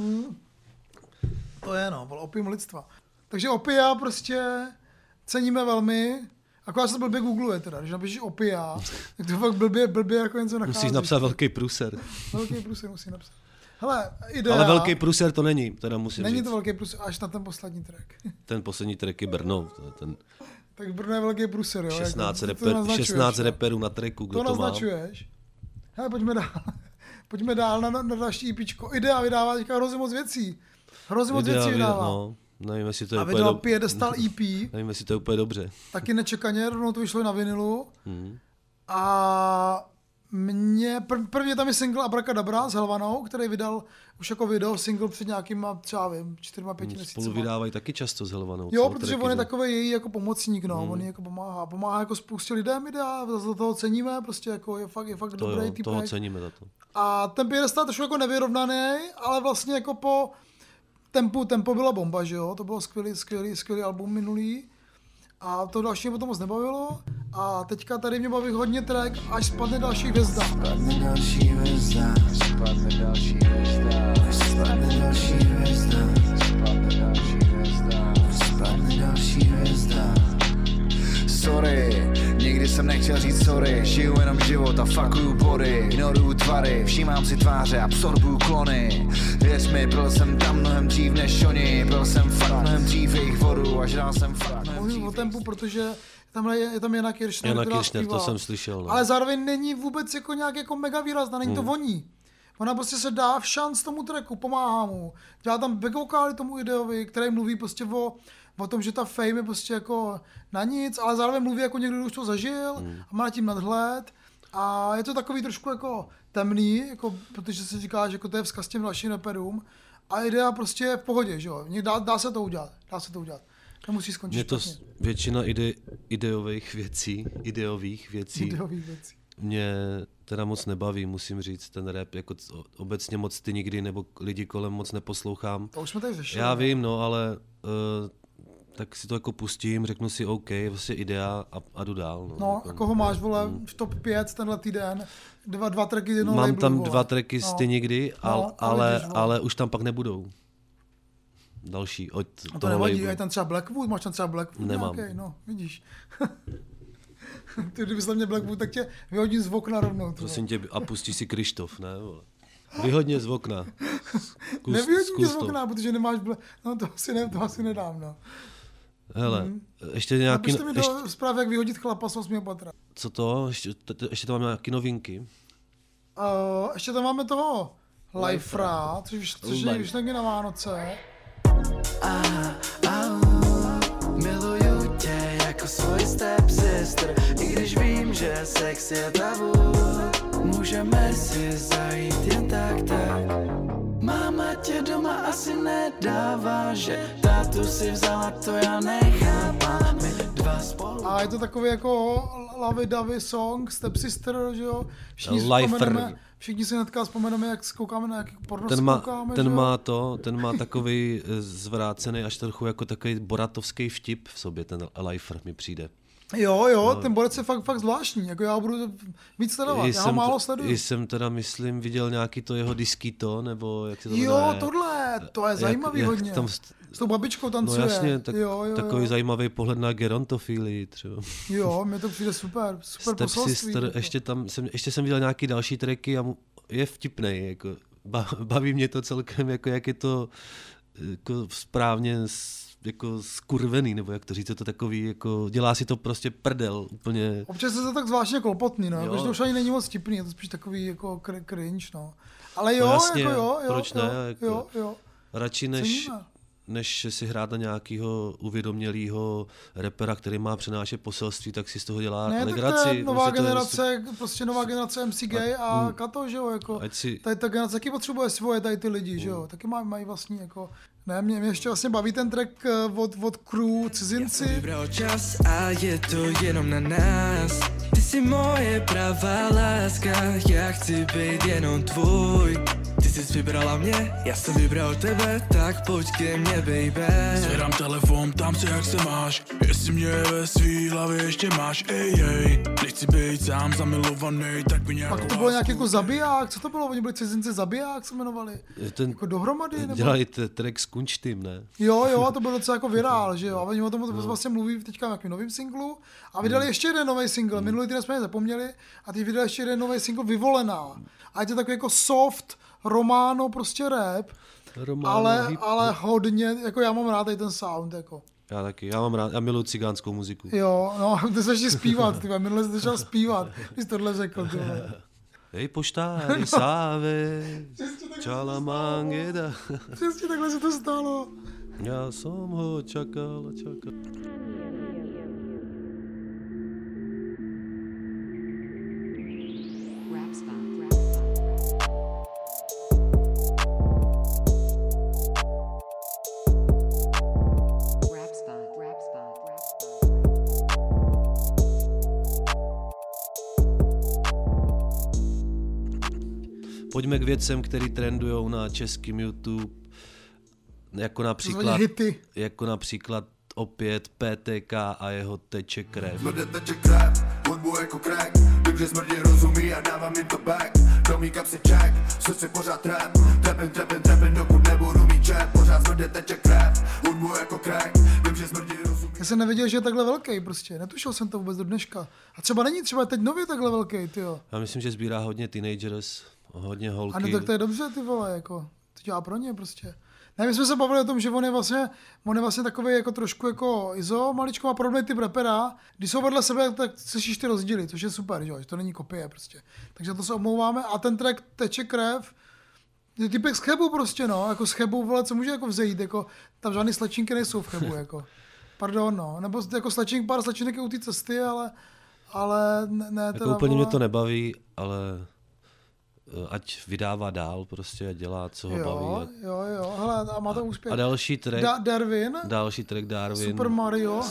B: To je no, bylo opium lidstva. Takže opia prostě ceníme velmi, akorát se to blbě googluje teda, když napíšeš opia, tak to fakt blbě jako něco nacházíš.
A: Musíš napsat velký průser.
B: Velký průser musí napsat. Hele, idea.
A: Ale velký průser to není, teda musím
B: Není
A: říct.
B: to velký průser, až na ten poslední track.
A: Ten poslední track je Brno, ten
B: Tak Brno je velký průser, jo.
A: 16 reperů na tracku, kdo
B: To
A: to má.
B: naznačuješ. Hele, pojďme dál. Pojďme dál na další EPčko. Idea vydává teďka hrozně moc věcí. Hrozně moc věcí vydává.
A: No, nevím, jestli to je
B: A
A: úplně
B: vydal Piedestal EP,
A: nevím, jestli to je úplně dobře.
B: taky nečekaně, rovnou to vyšlo na vinilu. A prvně tam je single Abracadabra s Helvanou, který vydal už jako video single před nějakýma, třeba vím, 4-5 měsíců.
A: Spolu vydávají taky často s Helvanou.
B: Jo,
A: co,
B: protože
A: tracky,
B: on je
A: no.
B: takový její jako pomocník, no, on jí jako pomáhá jako spoustě lidem, za toho ceníme, prostě jako je fakt
A: To
B: dobrý
A: jo,
B: typek.
A: toho ceníme za to.
B: A ten Piedestal trošku jako nevyrovnaný, ale vlastně jako po tempo byla bomba, že jo, to bylo skvělý album minulý. A to další mě potom moc nebavilo. A teďka tady mě baví hodně track, až spadne další hvězda.
E: Spadne další hvězda, spadne další hvězda, spadne další hvězda, spadne další hvězda, spadne další hvězda. Sorry, nikdy jsem nechtěl říct sorry, žiju jenom život a fuckuju body, ignoruju tvary, všímám si tváře, absorbuju klony. Věř mi, byl jsem tam mnohem dřív než oni, byl jsem fakt mnohem dřív jejich vodu a žrál jsem fakt mnohem
B: Mluvím
E: dřív.
B: o tempu, protože je tam Jana Kiršner,
A: Jana
B: která
A: Kiršner,
B: zpívá.
A: to jsem slyšel. No.
B: Ale zároveň není vůbec jako nějak jako mega výrazná, není to voní. Ona prostě se dá v šanc tomu tracku, pomáhá mu. Dělá tam back vokály tomu Ideovi, který mluví prostě o tom, že ta fame je prostě jako na nic, ale zároveň mluví jako někdo, kdo už to zažil a má nad tím nadhled. A je to takový trošku jako temný, jako, protože se říká, že jako to je vzkaz těm dalším raperům. A Idea prostě je v pohodě, že jo. Dá se to udělat. Nemusí skončit
A: Mě to
B: špatně.
A: většina ideových věcí mě teda moc nebaví, musím říct, ten rap, jako obecně moc ty nikdy, nebo lidi kolem moc neposlouchám.
B: To už jsme tady řešili.
A: Já vím, no, ale tak si to jako pustím, řeknu si OK, vlastně Idea a jdu dál.
B: No,
A: jako,
B: a koho máš, vole, v top 5 tenhle týden? Dva tracky z jednoho
A: mám
B: labelu,
A: tam
B: vole.
A: 2 tracky z ty nikdy, ale už tam pak nebudou. Další, od
B: A to
A: toho
B: nevadí,
A: labelu.
B: je tam třeba Blackwood, máš tam třeba Blackwood
A: Nemám.
B: nějaký, no, vidíš. Ty kdybys na mě Blackwood, tak tě vyhodím z okna rovnou.
A: Prosím tě, a pustíš si Krištof, ne, vole. Vyhodně z okna.
B: Nevyhodím tě z
A: to.
B: okna, protože nemáš no to asi nedám, no.
A: Hele, ještě nějaký...
B: Napište mi do zprávy, jak vyhodit chlapa z 8. patra.
A: Co to? Ještě tam máme nějaké novinky.
B: Ještě tam máme toho Lifera, což je vyšlenky na Vánoce.
E: Miluju tě jako svůj stepsister, i když vím, že sex je tabu. Můžeme si zajít jen tak. Máma tě doma asi nedává, že tátu si vzala, to já nechápám. My dva spolu.
B: A je to takový jako lovey-dovey song, Stepsister, že jo? Všichni si hnedka vzpomeneme, jak koukáme na jaký porno koukáme,
A: ten má takový zvrácený až trochu jako takový boratovský vtip v sobě, ten Lifer mi přijde.
B: Jo, no. Ten borec je fakt zvláštní, jako já budu víc sledovat, já ho málo sleduju.
A: Jsem teda, myslím, viděl nějaký to jeho diskito, nebo jak se to jmenuje.
B: Jo, tohle, to je zajímavý hodně. Tam s tou babičkou tancuje.
A: No jasně, takový zajímavý pohled na gerontofílii třeba.
B: Jo, mně to přijde super poselství.
A: Ještě jsem viděl nějaký další tracky a je vtipnej, jako baví mě to celkem, jako jak je to jako správně jako skurvený, nebo jak to říct, je to takový, jako dělá si to prostě prdel úplně.
B: Občas je to tak zvláštně klopotný, no, protože to už ani není moc vtipný, je to spíš takový jako cringe, no. Ale jo,
A: no jasně,
B: jako jo,
A: proč ne?
B: Jo.
A: Radši než si hrát na nějakého uvědomělého rapera, který má přenášet poselství, tak si z toho dělá legraci.
B: Tak nová generace MC Gay a Kato, že jo, jako, tady ta generace taky potřebuje svoje tady ty lidi, že jo, taky mají vlastní, jako, ne, mě ještě vlastně baví ten track od Crew Cizinci.
E: Já jsem vybral čas a je to jenom na nás. Ty jsi moje pravá láska, já chci být jenom tvůj. Ty jsi vybrala mě, já jsem vybral tebe, tak pojď ke mně, baby.
G: Zvedám telefon, tam se jak se máš, jestli mě ve svý hlavě ještě máš, ej, nechci být sám zamilovaný, tak by nějakou.
B: Pak to bylo nějaký jako zabiják, co to bylo, oni byli Cizinci zabiják se jmenovali, jako dohromady? Nebo?
A: Dělali track s Kunštým, ne?
B: Jo, a to bylo docela jako virál, že jo, a oni o tom vlastně mluví teďka v nějakým novým singlu a vydali ještě jeden nový single, minulý týden jsme je zapomněli a teď vydali ještě jeden nový single Vyvolená a je to takový jako soft, románo, prostě rap, ale hodně, jako já mám rád i ten sound, jako.
A: Já taky, já mám rád, já miluji cigánskou muziku.
B: Jo, no, ty jsi ještě zpívat, minule jsi začal zpívat, když jsi tohle řekl, tyhle.
A: Hej, poštáři, sáve, čalamangeda.
B: Přesně takhle se to stalo.
A: Já jsem ho čakal. Pojďme k věcem, které trendujou na českém YouTube, jako například opět PTK a jeho Teče krev.
F: Smrde teče krev, hudbu jako crack, vím, že smrdě rozumí a dávám jim to back. Do mý kapsy check, srdce pořád trap, trapem, dokud nebudu mít čep. Pořád smrde teče krev, hudbu jako crack, vím, že smrdě rozumí.
B: Já jsem nevěděl, že je takhle velký prostě, netušil jsem to vůbec do dneška. A třeba není teď nově takhle velký, tyjo.
A: Já myslím, že sbírá hodně teenagers, hodně holky.
B: A no tak to je dobře, ty vole, jako, to dělá pro ně prostě. Ne, my jsme se bavili o tom, že on je vlastně takový jako trošku jako Izo, maličko má podobný typ rapera. Když jsou vedle sebe, tak slyšíš ty rozdíly, což je super, že to není kopie prostě. Takže to se omlouváme a ten track Teče krev, je typek z Chebu prostě, no, jako z Chebu, vole, co může jako vzejít, jako tam žádný slečinky nejsou v Chebu, jako. Pardon, no, nebo jako pár slečinek je u té cesty, ale ne
A: jako
B: teda,
A: úplně mě to nebaví, ale ať vydává dál prostě a dělá, co ho baví.
B: Jo, hele, a má to úspěch.
A: A další track
B: Darwin. Super Mario.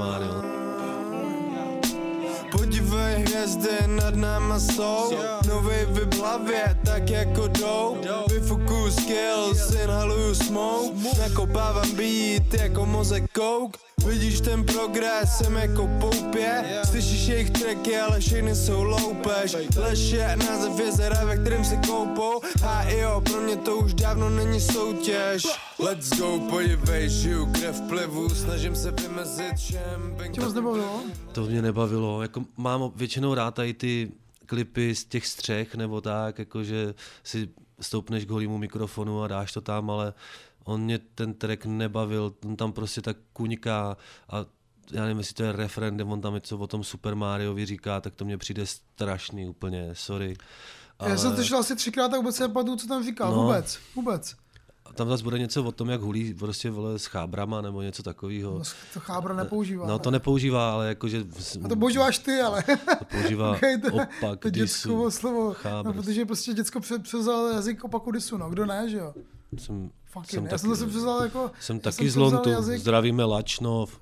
E: Podívej, hvězdy nad náma jsou, novej v hlavě, tak jako jdou. Vyfukuju skills, inhaluju smoke, nakopávám beat jako mozek coke. Vidíš ten progres, jsem jako poupě, slyšíš jejich tracky, ale všechny jsou loupež. Lež je název jezera, ve kterém se koupou, a jo, pro mě to už dávno není soutěž. Let's go, podívej, žiju krev plivu, snažím se vymezit všem.
B: Tě moc nebavilo?
A: To mě nebavilo, jako mám většinou rád tady ty klipy z těch střech nebo tak, jakože si stoupneš k holému mikrofonu a dáš to tam, ale on mě ten track nebavil, on tam prostě tak kuňká a já nevím, jestli to je refren, kde on tam něco o tom Super Mariovi říká, tak to mně přijde strašný úplně, sorry.
B: Ale... Já jsem to šel asi 3krát, tak vůbec se nepadu, co tam říká, vůbec.
A: A tam zase bude něco o tom, jak hulí prostě vole s chábrama nebo něco takového.
B: No, to chábra nepoužívá.
A: No to nepoužívá, ale jakože...
B: A to používáš ty, ale...
A: To používá
B: okay,
A: opak
B: to
A: disu.
B: Slovo, no, protože prostě děcko převzal jazyk opaku disu, no. Kdo ne, že jo? Já jsem zase převzal jako...
A: Jsem taky z Lontu, zdravíme Lačnov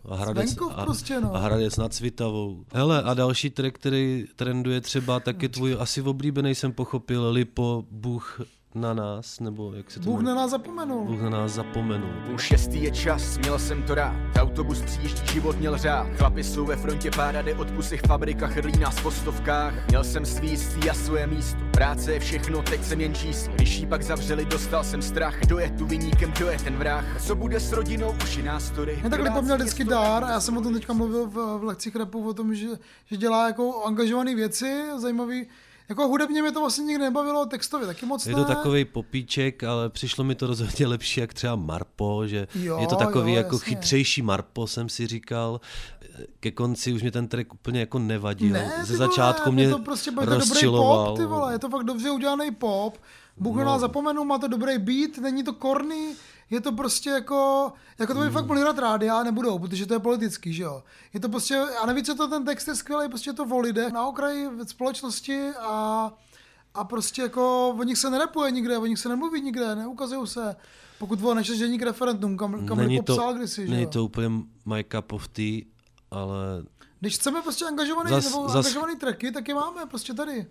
A: a Hradec nad Svitavou. Hele, a další track, který trenduje třeba, tak je tvůj asi oblíbený, jsem pochopil, Lipo, Bůh na nás, nebo jak se to
B: Bůh na nás zapomenul.
A: Bůh na nás zapomenul.
E: 5:30 je čas, měl jsem to rád. Autobus přijíždí, život měl řád. Chlapi jsou ve frontě, pár jde od pusy, fabrika chrlí nás po stovkách. Měl jsem svý jistý a svoje místo. Práce je všechno, teď jsem jen číslo. Když jí pak zavřeli, dostal jsem strach. Kdo je tu viníkem, kdo je ten vrah? Co bude s rodinou, už jiná story.
B: Tak Lipo měl vždycky dár a já jsem o tom teďka mluvil v lekcích rapu o tom, že dělá jako angažované věci, zajímavý. Jako hudebně mě to vlastně nikdy nebavilo, textově taky moc ne.
A: Je to takovej popíček, ale přišlo mi to rozhodně lepší jak třeba Marpo, že
B: jo,
A: je to takový jako
B: jasně.
A: chytřejší Marpo, jsem si říkal. Ke konci už mě ten track úplně jako nevadil.
B: Ne,
A: ze začátku mě
B: to prostě
A: rozčiloval.
B: Pop, ty vole, je to fakt dobře udělaný pop. Bůh na nás zapomenu, má to dobrý beat, není to corny, je to prostě jako to by fakt mohli hrát rádia, nebudou, protože to je politický, že jo. Je to prostě, a navíc je to ten text je skvělý, prostě je to o lidech na okraji společnosti a prostě jako o nich se nerapuje nikde, o nich se nemluví nikde, neukazují se. Pokud vole nečeš ženík referendum, kam Lipo psal kdysi, že jo.
A: Není to úplně my cup of tea, ale...
B: Když chceme prostě angažovaný tracky, tak je máme prostě tady.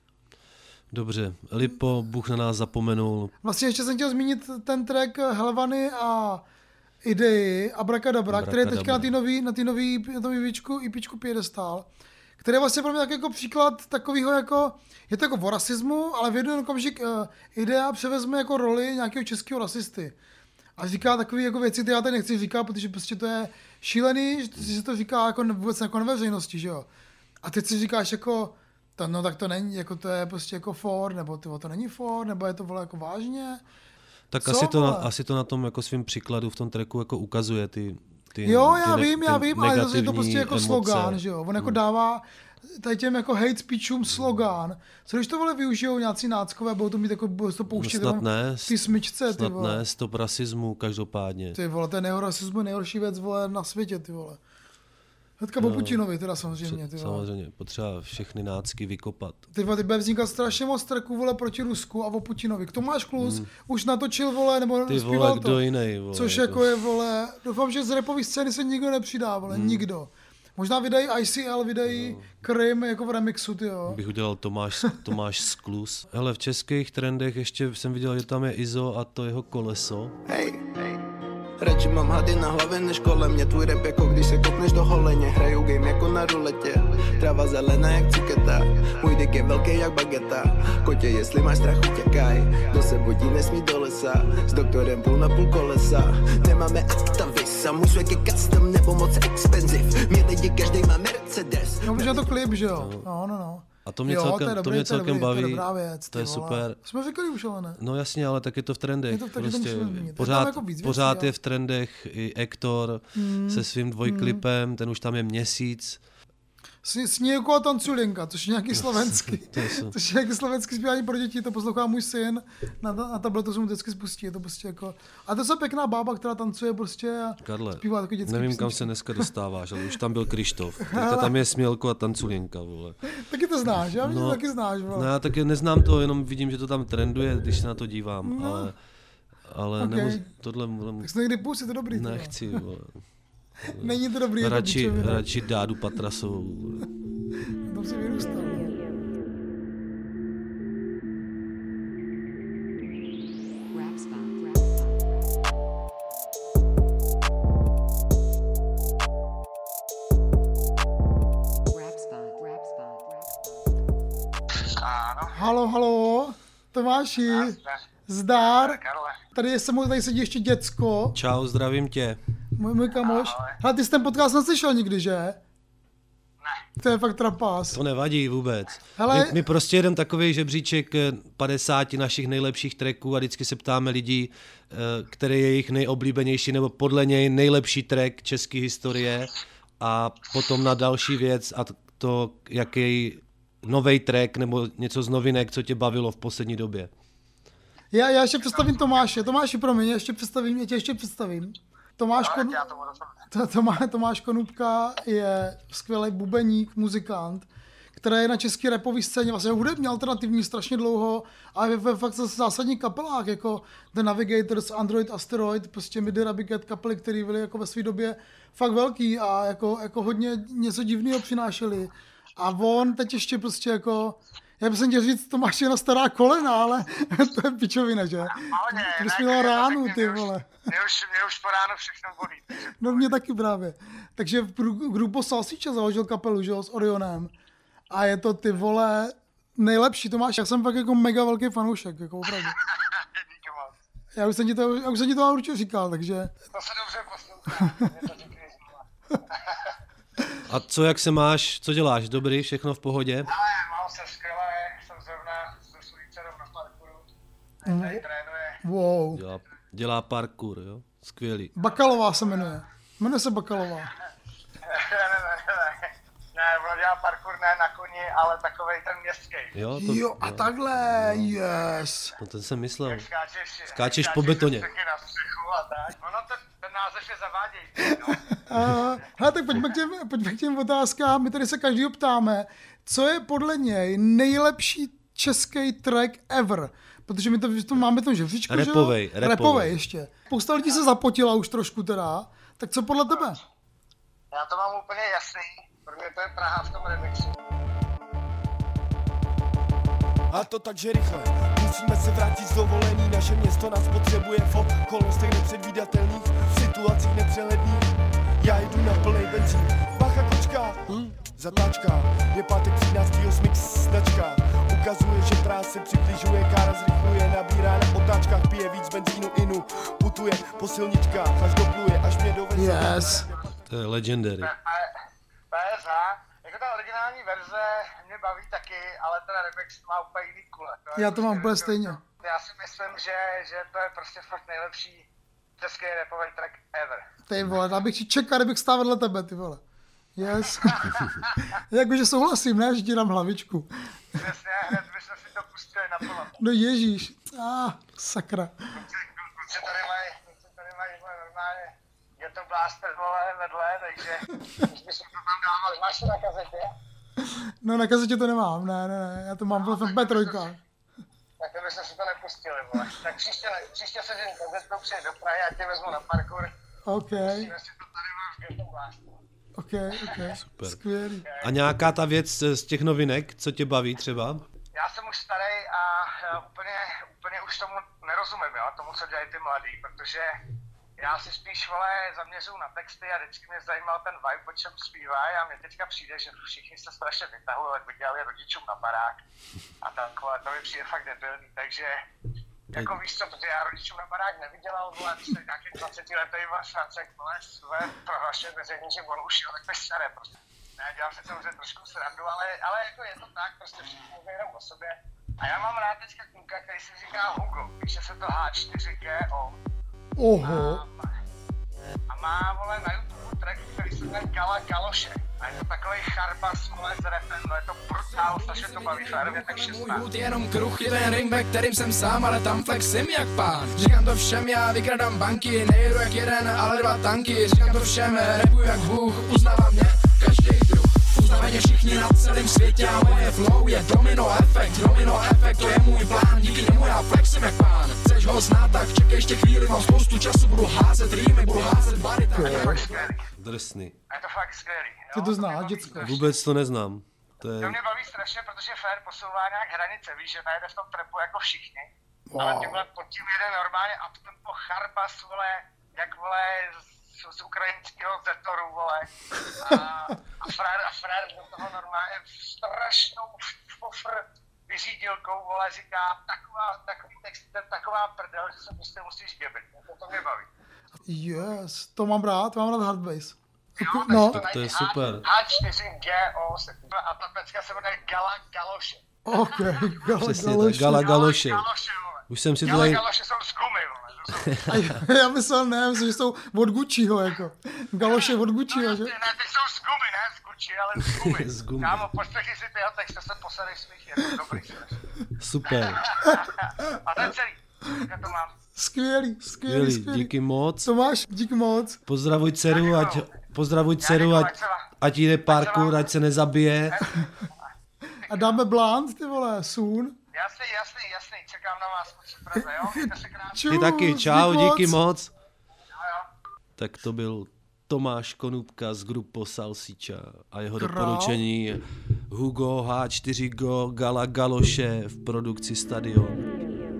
A: Dobře, Lipo, Bůh na nás zapomenul.
B: Vlastně ještě jsem chtěl zmínit ten track Helvany a Idei Abrakadabra, který je teďka na té nový EPčku Piedestal, který je vlastně pro mě tak jako příklad takového jako, je to jako o rasismu, ale v jeden okamžik Idea převezme jako roli nějakého českého rasisty. A říká takové jako věci, které já tady nechci říkat, protože prostě to je šílený, že se to říká jako vůbec jako na veřejnosti, že jo. A teď si říkáš jako, no tak to není, jako to je prostě jako for, nebo to není for, nebo je to vole jako vážně.
A: Tak asi to na tom jako svým příkladu v tom tracku jako ukazuje ty
B: jo, já vím, ale je to prostě jako
A: emoce.
B: slogán, že jo. On jako dává tady těm jako hate speechům slogán. Co když to vole využijou nějací náckové, budou to mít jako, budou to pouštět v té smyčce, ty vole.
A: Snad ne, stop rasismu, každopádně.
B: Ty vole, ten rasismus je nejhorší věc, vole, na světě, ty vole. Hnedka o Putinovi teda samozřejmě, ty vole.
A: Samozřejmě, potřeba všechny nácky vykopat.
B: Ty vole, ty bude vznikat strašně moc tracků, vole, proti Rusku a o Putinovi. K tomu máš Klus, už natočil, vole, nebo
A: ty
B: zpíval
A: vole,
B: to.
A: kdo jiný, vole.
B: Což jako je, vole, doufám, že z rapové scény se nikdo nepřidá, vole, nikdo. Možná vydají ICL, vydají Krym jako v remixu, ty jo.
A: Bych udělal Tomáš Sklus. Hele, v českých trendech ještě jsem viděl, že tam je Izo a to jeho koleso.
D: Hej, radši mám hady na hlavě než kolem mě. Tvůj rap jako když se kopneš do holeně. Hrajou game jako na ruletě. Tráva zelená jak ciketa. Můj dick je velký jak bageta. Kotě, jestli máš strach, utěkaj. Kdo se bodí, nesmí do lesa. S doktorem půl na půl kolesa. Nemáme Actavis a můj swag je custom nebo moc expensive. Mě lidi, každý má Mercedes.
B: No, protože je to klip, že jo? No.
A: A to mě celkem baví,
B: to je dobrá věc,
A: to je super.
B: Jsme říkali už, ale ne.
A: No jasně, ale tak je to v trendech. Prostě pořád
B: věcí,
A: je v trendech i Ektor se svým dvojklipem, ten už tam je měsíc.
B: Snílku a tanculinka, což je nějaký slovenský. Což je nějaký slovenský zpívání pro děti, to poslouchá můj syn, na tabletu se mu vždycky spustí, je to prostě jako... A to je pěkná bába, která tancuje prostě a
A: Karle,
B: zpívá takový dětský
A: nevím,
B: písničky.
A: kam se dneska dostáváš, ale už tam byl Krištof. Teďka tam je Smělko a tanculinka, vole.
B: Taky to znáš, já vím, že to taky znáš, vole.
A: No já taky neznám to, jenom vidím, že to tam trenduje, když se na to dívám, ale
B: okay.
A: tohle...
B: Tak se někdy půjď, je to dobrý.
A: Nechci, vole.
B: Není to dobrý.
A: Radši Dádu Patrasovou.
B: Tam si vyrůstal. Halo, Tomáši. Zdar. Tady sedí ještě děcko.
A: Čau, zdravím tě.
B: Můj kamoš. Hele, ty jsi ten podcast neslyšel nikdy, že? Ne. To je fakt trapás.
A: To nevadí vůbec.
B: Hele...
A: My prostě jedem takový žebříček 50 našich nejlepších tracků a vždycky se ptáme lidí, který je jejich nejoblíbenější nebo podle něj nejlepší track české historie a potom na další věc a to, jaký novej track nebo něco z novinek, co tě bavilo v poslední době.
B: Já ještě představím Tomáše. Tomáši, promiň, já tě ještě představím. Tomáš Konupka je skvělý bubeník, muzikant, který je na české rapové scéně, vlastně hudebně alternativní strašně dlouho a je ve fakt zásadních kapelách, jako The Navigators, Android Asteroid, prostě Midi Rabiket kapely, které byly jako ve své době fakt velký a jako hodně něco divného přinášeli. A on teď ještě prostě jako, já bych chtěl říct, Tomáš je na stará kolena, ale to je pičovina, že? Ty jsi měla ránu, ty vole.
H: Mě už po ránu všechno bolí.
B: No mě taky právě. Takže Grupo Salsicha založil kapelu, že jo, s Orionem. A je to, ty vole, nejlepší, Tomáš, já jsem fakt jako mega velký fanoušek, jako opravdu.
H: Díky moc.
B: Já už jsem ti to určitě říkal, takže...
H: To se dobře poslouchá.
A: A co, jak se máš, co děláš? Dobrý, všechno v pohodě?
H: Ale mám se skvěle, jsem zrovna se svojí dcerou na parkouru. Tady trénuje.
B: Wow.
A: Dělá parkour, jo? Skvělý.
B: Bakalová se jmenuje. Jmenuje se Bakalová.
H: Ne, ona dělá parkour ne na koni, ale takovej ten městský.
B: Jo, a takhle, yes.
A: No ten jsem myslel.
H: Skáčeš
A: po betoně.
H: Na střechu a tak. Ono ten název je zavádějící,
B: Hele, tak pojďme k těm otázkám. My tady se každýho ptáme, co je podle něj nejlepší český track ever. Protože my to máme ten žebříčku, že jo? Rapovej ještě. Spousta lidí se zapotila už trošku teda. Tak co podle tebe?
H: Já to mám úplně jasný. Pro mě to je Praha v tom remixu.
E: A to takže rychle, musíme se vrátit z dovolení. Naše město nás potřebuje v okolnostech nepředvídatelných, v situacích nepřehledných. Já jdu na plnej benzín, bacha kočka, zatáčka. Je pátek 13. Smix značka. Ukazuje, že Praha se přibližuje, kára zrychluje, nabírá na otáčkách, pije víc benzínu inu, putuje po silničkách, až dopluje, až mě doveze.
B: Yes.
A: To je legendary.
H: PSH, jako ta originální verze mě baví taky, ale ten remix má úplně jiný kule.
B: Já to mám úplně stejně.
H: Já si myslím, že to je prostě fakt nejlepší český rapový track ever.
B: Ty vole, já bych ti čekal, kdybych stál vedle tebe, ty vole. Yes. Jakože souhlasím, ne, že ti dám hlavičku.
H: Přesně, hned bychom si to pustili naplno.
B: No ježíš, sakra.
H: Kluci tady mají normálně, je to blaster vole vedle, takže už bychom to tam dávali. Máš to na kazetě?
B: No na kazetě to nemám, ne, já to mám v MP3.
H: Tak to bychom si to nepustili, vole. Tak příště se jen kazetou přijde do Prahy, já tě vezmu na parkour.
B: OK.
H: Pustíme si to tady v Ghetto Blasteru.
B: OK.
A: Super.
B: Skvělý.
A: A nějaká ta věc z těch novinek, co tě baví třeba?
H: Já jsem už starý a úplně už tomu nerozumím, jo, tomu, co dělají ty mladí, protože já si spíš, vole, zaměřuju na texty a vždycky mě zajímal ten vibe, o čem zpívají a mně teďka přijde, že všichni se strašně vytahují, jak vydělali rodičům na barák a takhle, to mi přijde fakt debilní, takže jako víš co, protože já rodičům na barák nevydělal, vole, nějaký 20letý Francek, vole, své prohlašuje veřejně, že on už jo, tak to je staré prostě. Ne, dělám se samozřejmě trošku srandu, ale jako je to tak, prostě všichni mluví jenom o sobě. A já mám rád teďka kluka, který si říká Hugo, píše se to H4GO.
B: Oho.
H: A má, vole, na YouTube track, který se jmenuje Galoše. A je to takovej charbas, vole, s rapem, no je to brutál, strašně to baví, férově tak 16.
I: Jenom kruh je ten ring, ve kterým jsem sám, ale tam flexím jak pán. Říkám to všem, já vykradám banky, nejedu jak jeden, ale 2 tanky. Říkám to všem, rapuju jak Bůh, uznává mě každý druh. Uznávají mě všichni na celém světě a moje flow je domino efekt, to je můj plán, díky němu já flexím jak pán. Chceš ho znát, tak čekej ještě chvíli, mám spoustu času, budu házet rýmy, budu házet bary, tak je to
H: skvělý.
A: Drsný.
H: A je to fakt skvělý.
B: Ty to znáš, děcko.
A: Vůbec to neznám. To
H: mě baví strašně, protože Fér posouvá nějak hranice, víš, že najde v tom trapu jako všichni. Ale tímhle pod tím jede normálně uptempo charbas, vole, jak vole z ukrajinského Zetoru, vole. A Frér do toho normálně strašnou fofr vyřídilkou, vole, říká takový text, taková prdel, že se prostě musíš gebit. To mě baví.
B: Yes, to mám rád Hardbase.
H: Jo,
B: no.
A: Tak to je super.
H: H4GO a ta pecka se jmenuje Galoše.
B: OK,
A: Galoše. Už jsem si to tady...
H: Galoše jsou z gumy, vole.
B: Já myslel, že jsou od Gucciho, jako. Galoše od Gucciho, že?
H: Ne, ty jsou z gumy, ne z Gucci, ale z gumy.
A: Z gumy.
H: Kámo, poslechni si tyho texty, se posadej svých, je to dobrý.
A: Super.
H: A to je celý. Teďka to mám.
B: Skvělý.
A: Díky moc.
B: Tomáš, díky moc.
A: Pozdravuj dceru, ať jde parkour, ať se nezabije.
B: A dáme blant, ty vole, soon.
H: Jasný, čekám na vás v Praze, jo? Mějte se krásně.
A: Ty taky, čau, díky moc. Tak to byl Tomáš Konupka z Grupo Salsiča a jeho doporučení Hugo H4Go Gala Galoše v produkci Stadion.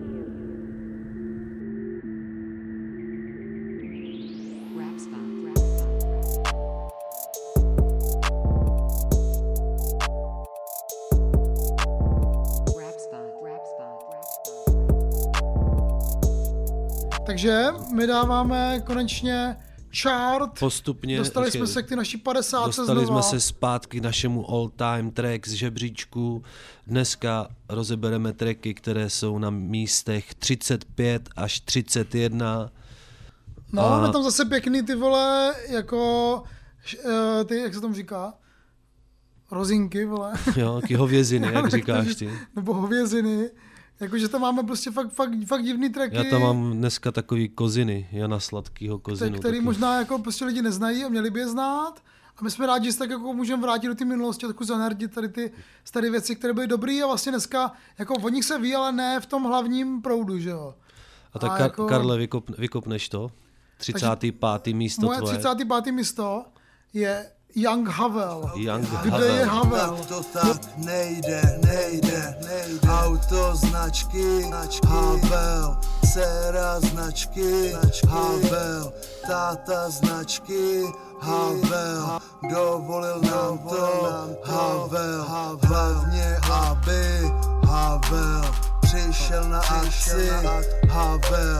B: Takže my dáváme konečně chart.
A: Postupně.
B: Dostali jsme se k ty naší 50.
A: Dostali jsme se zpátky k našemu all time track z žebříčku. Dneska rozebereme tracky, které jsou na místech 35 až 31.
B: No, máme tam zase pěkný ty vole, jako ty, jak se tomu říká? Rozinky, vole.
A: Jo, taky hověziny, jak říkáš ty.
B: Nebo hověziny. Jakože tam máme prostě fakt divný tracky.
A: Já tam mám dneska takový koziny, Jana Sladkýho kozinu.
B: Který taky možná jako prostě lidi neznají a měli by je znát. A my jsme rádi, že se tak jako můžeme vrátit do té minulosti a trochu zanerdit tady ty staré věci, které byly dobrý a vlastně dneska jako od nich se ví, ale ne v tom hlavním proudu, že jo.
A: A tak jako... Karle, vykopneš to? 35. místo
B: moje
A: tvoje.
B: 35. místo je Young Havel.
A: Kde
B: je Havel?
J: Tak to tak nejde. Auto značky Havel, dcera značky Havel, táta značky Havel, dovolil nám to Havel, hlavně aby Havel přišel na akci Havel.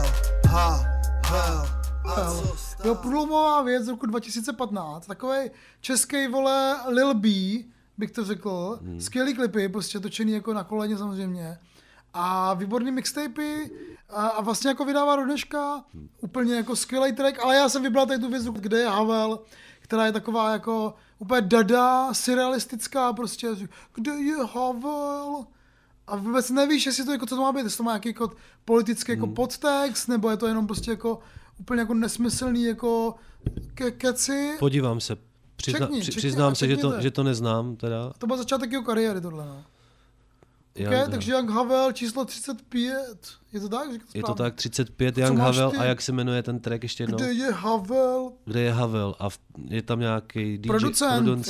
B: Jo, průlomová věc z roku 2015, takovej český vole Lil B, bych to řekl, skvělý klipy, prostě točený jako na koleně samozřejmě a výborný mixtapy a vlastně jako vydává do dneška úplně jako skvělý track, ale já jsem vybral tady tu věc, kde je Havel, která je taková jako úplně dada, surrealistická prostě, kde je Havel? A vůbec nevíš, jestli to jako, co to má být, jestli to má nějaký jako politický jako podtext, nebo je to jenom prostě jako úplně jako nesmyslný jako keci.
A: Podívám se. Přiznám se, že to neznám teda.
B: To byl začátek jeho kariéry tohle, no. Okay, takže Young Havel číslo 35. Je to tak?
A: Je to tak, 35 Young Havel a jak se jmenuje ten track ještě jednou?
B: Kde je Havel?
A: Kde je Havel a je tam nějaký DJ,
B: producent.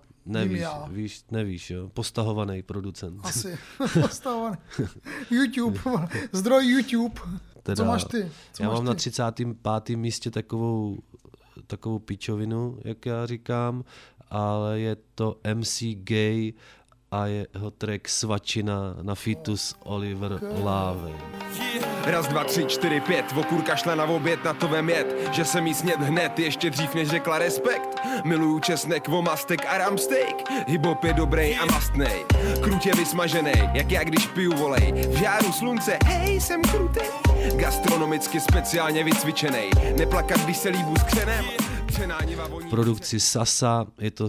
A: Nevíš, jo. Postahovaný producent.
B: Asi, postahovaný. YouTube, zdroj YouTube. Teda, co máš ty?
A: Já mám na 35. místě takovou pičovinu, jak já říkám, ale je to MC Gay a jeho track Svačina na featu s Oliver Lávem.
K: Raz, 2, 3, 4, 5, okurka šla na oběd, na to vem jet, že jsem jí sněd hned, ještě dřív než řekla respekt. Miluju česnek, vomastek a ramsteak, hip-hop je dobrý a mastnej, krutě vysmaženej, jak já když piju volej, v žáru slunce, hej, jsem krutej, gastronomicky speciálně vycvičenej, neplakat, když se líbu s křenem.
A: V produkci Sasa,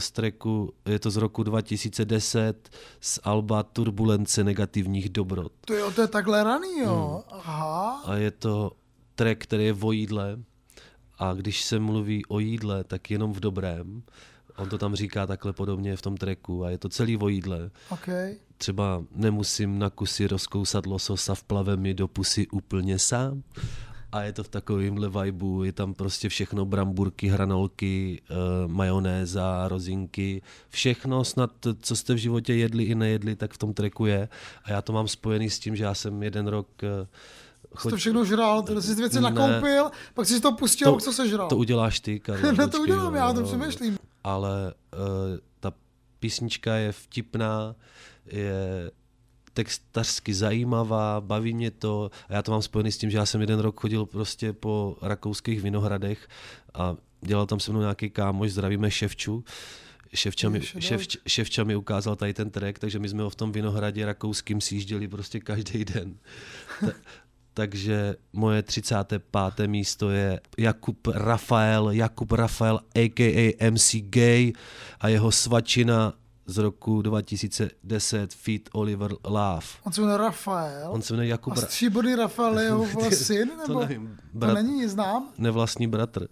A: je to z roku 2010 z alba Turbulence negativních dobrot.
B: To je takhle raný, jo. Aha.
A: A je to track, který je o jídle a když se mluví o jídle, tak jenom v dobrém. On to tam říká takhle podobně v tom tracku a je to celý o jídle.
B: Okay.
A: Třeba nemusím na kusy rozkousat lososa, vplave mi do pusy úplně sám. A je to v takovýmhle vibu, je tam prostě všechno, bramburky, hranolky, majonéza, rozinky, všechno snad, co jste v životě jedli i nejedli, tak v tom tracku je. A já to mám spojený s tím, že já jsem jeden rok...
B: Jsi to všechno žral, ty jsi věci nakoupil, pak jsi to pustil, co se žral.
A: To uděláš ty, Karlo.
B: No to udělám, já to přemýšlím.
A: Ale ta písnička je vtipná, je textařsky zajímavá, baví mě to a já to mám spojený s tím, že já jsem jeden rok chodil prostě po rakouských vinohradech a dělal tam se mnou nějaký kámoš, zdravíme Ševču. Ševča mi ukázal tady ten track, takže my jsme ho v tom vinohradě rakouským sjížděli prostě každý den. Takže moje 35. místo je Jakub Rafael a.k.a. MC Gay a jeho Svačina z roku 2010 feat. Oliver Love.
B: On se jmenuje Rafael.
A: On se jmenuje Jakub.
B: A stříbrný Rafael je jeho syn? Nebo?
A: To nevím.
B: To není, znám.
A: Nevlastní bratr.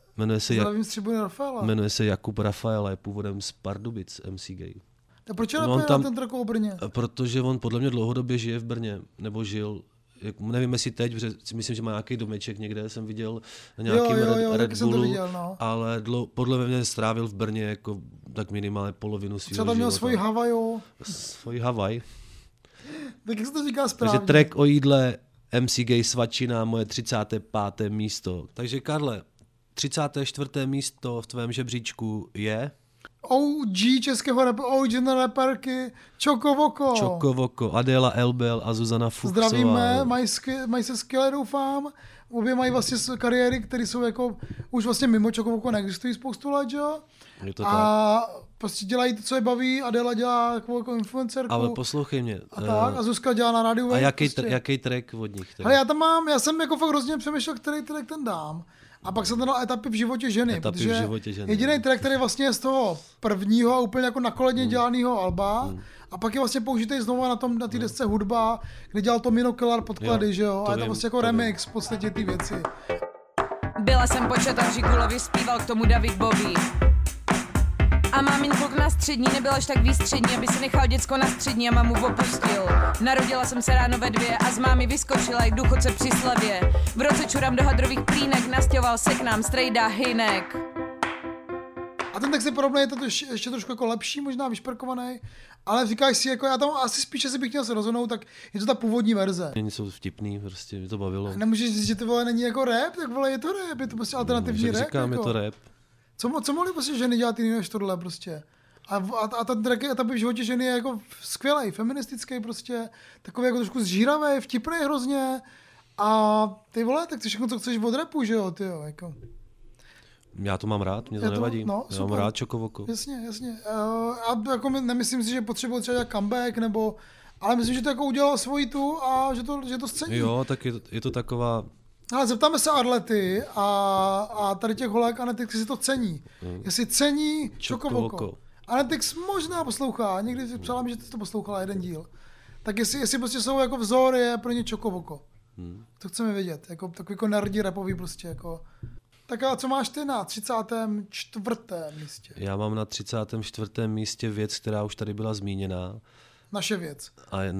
A: Jmenuje se Jakub Rafael a je původem z Pardubic, MC Gay.
B: A proč je na ten track o Brně?
A: Protože on podle mě dlouhodobě žije v Brně, nebo žil. Nevím, jestli teď, protože myslím, že má nějaký domeček někde, jsem viděl na nějakým Red Bullu,
B: viděl, no.
A: ale podle mě strávil v Brně jako tak minimálně polovinu svého života.
B: Třeba tam měl svoji Havaj, jo?
A: Svoji Havaj.
B: Tak jak se to říká správně?
A: Takže track o jídle MC Gay Svačina, moje 35. místo. Takže Karle, 34. místo v tvém žebříčku je...
B: OG českého rapu, OG raperky, Čokovoko.
A: Čokovoko, Adéla Elbel a Zuzana Fuchsová.
B: Zdravíme, mají se skvěle, doufám. Obě mají vlastně kariéry, které jsou jako už vlastně mimo Čokovoko neexistují spoustu let, jo?
A: Je to
B: a
A: tak.
B: prostě dělají to, co je baví, Adéla dělá takovou jako influencerku.
A: Ale poslouchej mě.
B: A Zuzka dělá na rádiu.
A: A jaký track od nich?
B: Hele, já jsem jako fakt hrozně přemýšlel, který track ten dám. A pak jsem tam dal etapy v životě ženy, protože jediný track, který vlastně je z toho prvního a úplně jako nakoledně dělaného alba, a pak je vlastně použitý znovu na té desce hudba, kde dělal to Mino Keller podklady, že jo, a je to vlastně jako remix v podstatě ty věci.
L: Byla jsem počata v Žigulovi, zpíval k tomu David Bobby. A mámin kluk na střední nebyl až tak výstřední, aby si nechal děcko na střední a mamu opustil. Narodila jsem se ráno ve 2 a z mámy vyskočila jak důchodce při slavě. V roce čurám do hadrových plínek, nastěhoval se k nám strejda Hynek.
B: A ten text je podobný, je to ještě trošku jako lepší, možná vyšperkovaný, ale říkáš si, jako já tam asi spíš, jestli bych měl se rozhodnout, tak je to ta původní verze.
A: Není jsou vtipný, prostě mě to bavilo.
B: A nemůžeš říct, že to vole není jako rap, tak vole je to rap, je to prostě alternativní rap.
A: Říkám,
B: jako.
A: je to rap.
B: Co mohli prostě ženy dělat jiný než tohle prostě? A ten track v životě ženy je jako skvělej, feministický prostě, takový jako trošku zžíravý, vtipný hrozně. A ty vole, tak to všechno, co chceš od rapu, že jo, ty jo, jako.
A: Já to mám rád, mě to nevadí.
B: No,
A: já mám rád Čokovoko.
B: Jasně. A jako nemyslím si, že potřebuje třeba comeback, nebo, ale myslím, že to jako udělal svoji tu a že to scení.
A: Jo, tak je to taková...
B: Ale zeptáme se Arlety a tady těch holek Anetix, jestli to cení. Jestli cení Čokovoko. Anetix možná poslouchá, někdy si přála mi, že ty to poslouchala jeden díl. Tak jestli prostě jsou jako vzor, je pro ně Čokovoko. To chceme vědět, jako takový jako nerdi rapový prostě jako. Tak a co máš ty na 34. místě?
A: Já mám na 34. místě věc, která už tady byla zmíněná.
B: Naše věc.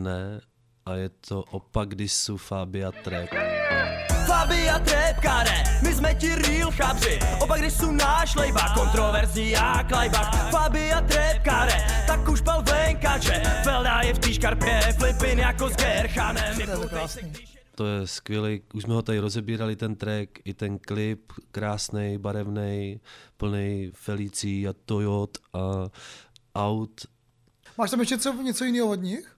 A: A je to Opak disu Fabia Trap.
E: Fabia Trap, kare, my jsme ti real chabři. Opak disu náš lejbak, kontroverzní jak lajbak. Fabia Trap, kare, tak už pal venkače. Felda je v té škarpě, flipin jako s Gerchanem.
A: To je skvělý, už jsme ho tady rozebírali ten track, i ten klip, krásnej, barevnej, plný Felicí a Toyot a aut.
B: Máš tam ještě něco jiného od nich?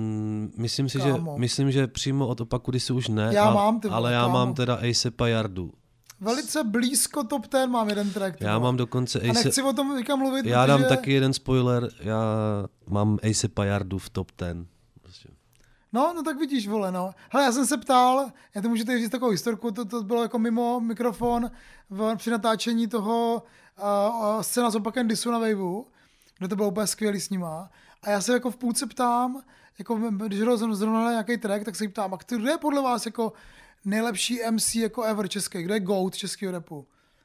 A: Myslím, že přímo od Opaku disu už ne, ale já mám teda A$AP Jardu.
B: Velice blízko top 10 mám jeden track.
A: Já mám dokonce
B: A nechci o tom říkám mluvit,
A: já dám taky jeden spoiler, já mám A$AP Jardu v top 10.
B: No tak vidíš, vole, no. Hele, já jsem se ptal, já to můžete říct takovou historku, to bylo jako mimo mikrofon při natáčení toho scéna s Opakem disu na Waveu, kde to bylo úplně skvělý s nima. A já se jako v půlce ptám, jako když jsem zrovna nějaký track, tak se jí ptám, a kdo je podle vás jako nejlepší MC jako ever český, kdo je GOAT českého rapu?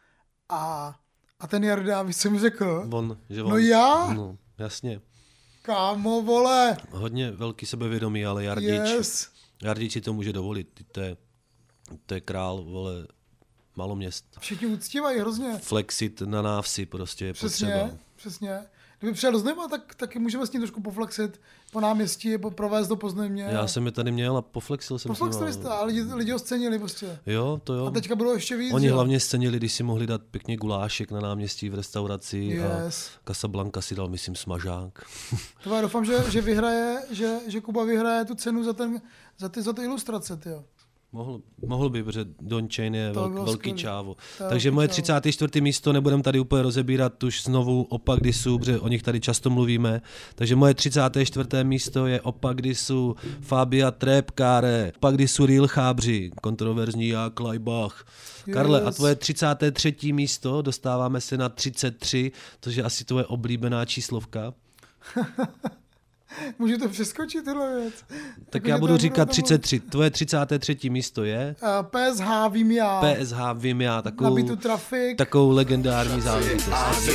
B: A ten Jarda, víš, co mi řekl? No já?
A: No, jasně.
B: Kámo, vole.
A: Hodně velký sebevědomí, ale Jardič si to může dovolit. To je král, vole, málo měst.
B: Všichni uctívají hrozně.
A: Flexit na návsi prostě je potřeba.
B: Přesně. Kdyby přijel do Znojma, tak můžeme s ním trošku poflexit po náměstí, provést do Poznojmě.
A: Já jsem je tady měl a poflexil jsem.
B: Poflexili jste a lidi ho scenili prostě.
A: Jo, to jo.
B: A teďka bylo ještě víc.
A: Oni hlavně scenili, když si mohli dát pěkně gulášek na náměstí v restauraci a Casablanca si dal, myslím, smažák.
B: To já doufám, že vyhraje, že Kuba vyhraje tu cenu za ty ilustrace, tyjo.
A: Mohl by, protože Don Chain je velký čávo. Takže moje 34. místo, nebudem tady úplně rozebírat už znovu Opak disu, protože o nich tady často mluvíme. Takže moje 34. místo je Opak disu Fabia Trap, kare, Opak disu Real chábři, kontroverzní jak Lajbach. Karle, a tvoje 33. místo, dostáváme se na 33, což je asi tvoje oblíbená číslovka.
B: Můžu to přeskočit, tyhle věc?
A: Tak já budu říkat 33. Tvoje 33. místo je?
B: PSH vím já.
A: PSH vím já, takovou legendární záležitost.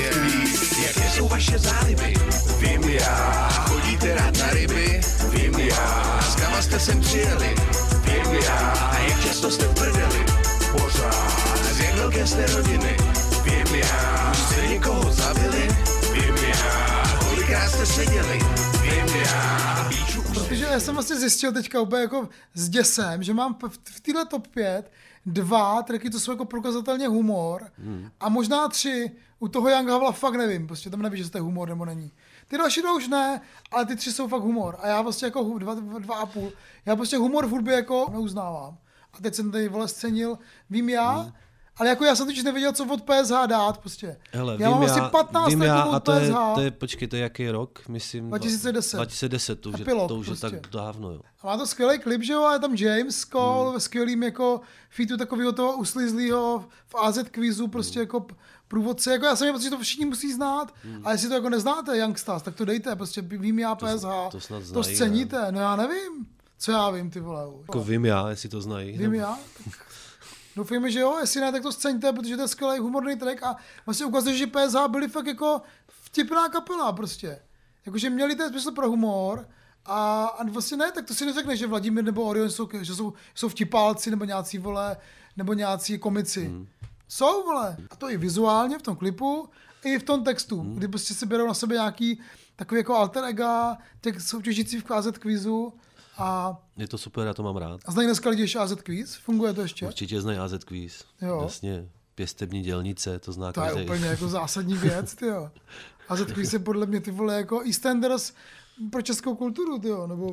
M: Jaké jsou vaše záliby? Vím já. Chodíte rád na ryby? Vím já. S kama jste sem přijeli? Vím já. A jak často jste v prdeli? Pořád. Z jak velké jste rodiny? Vím já. Už jste někoho zabili? Vím já. Kolikrát jste seděli? Vím já.
B: Protože já jsem vlastně zjistil teďka úplně jako s děsem, že mám v téhle top 5 2 tracky, to jsou jako prokazatelně humor a možná 3. U toho Young Havla fakt nevím, prostě tam nevíš, že to je humor nebo není. Ty další už ne, ale ty 3 jsou fakt humor a já vlastně jako 2,5. Já prostě humor v hudbě jako neuznávám. A teď jsem tady scenil, vím já, ale jako já jsem totiž nevěděl, co od PSH dát prostě.
A: Hele,
B: já mám asi 15 tracků od PSH.
A: Počkej, to je jaký rok? Myslím
B: 2010.
A: 2010, to už
B: prostě.
A: je tak dávno, jo.
B: A má to skvělý klip, že jo, a je tam James Cole ve skvělým jako featu takového toho uslizlýho v AZ quizu, prostě jako průvodce, jako já jsem měl, že to všichni musí znát, a jestli to jako neznáte Youngstars, tak to dejte, prostě vím já PSH, to sceníte, no já nevím, co já vím, ty vole.
A: Jako vím já, jestli to znají.
B: Vím já, tak doufujeme, že jo, jestli ne, tak to sceňte, protože to je skvělý humorný track a vlastně ukazuje, že PSH byli fakt jako vtipná kapela prostě, jakože měli ten smysl pro humor. A vlastně ne, tak to si neřekne, že Vladimír nebo Orion jsou vtipálci nebo nějací vole, nebo nějací komici. Jsou, vole. A to i vizuálně v tom klipu, i v tom textu, kdy prostě si berou na sebe nějaký takový jako alter ega, těch soutěžící v AZ quizu a...
A: Je to super, já to mám rád.
B: A znají dneska lidi ještě AZ quiz? Funguje to ještě?
A: Určitě znají AZ quiz. Jo. Jasně, pěstební dělnice, to zná každý.
B: To je úplně jako zásadní věc, tyjo. AZ quiz je podle mě ty vole jako EastEnders pro českou kulturu, tyjo, nebo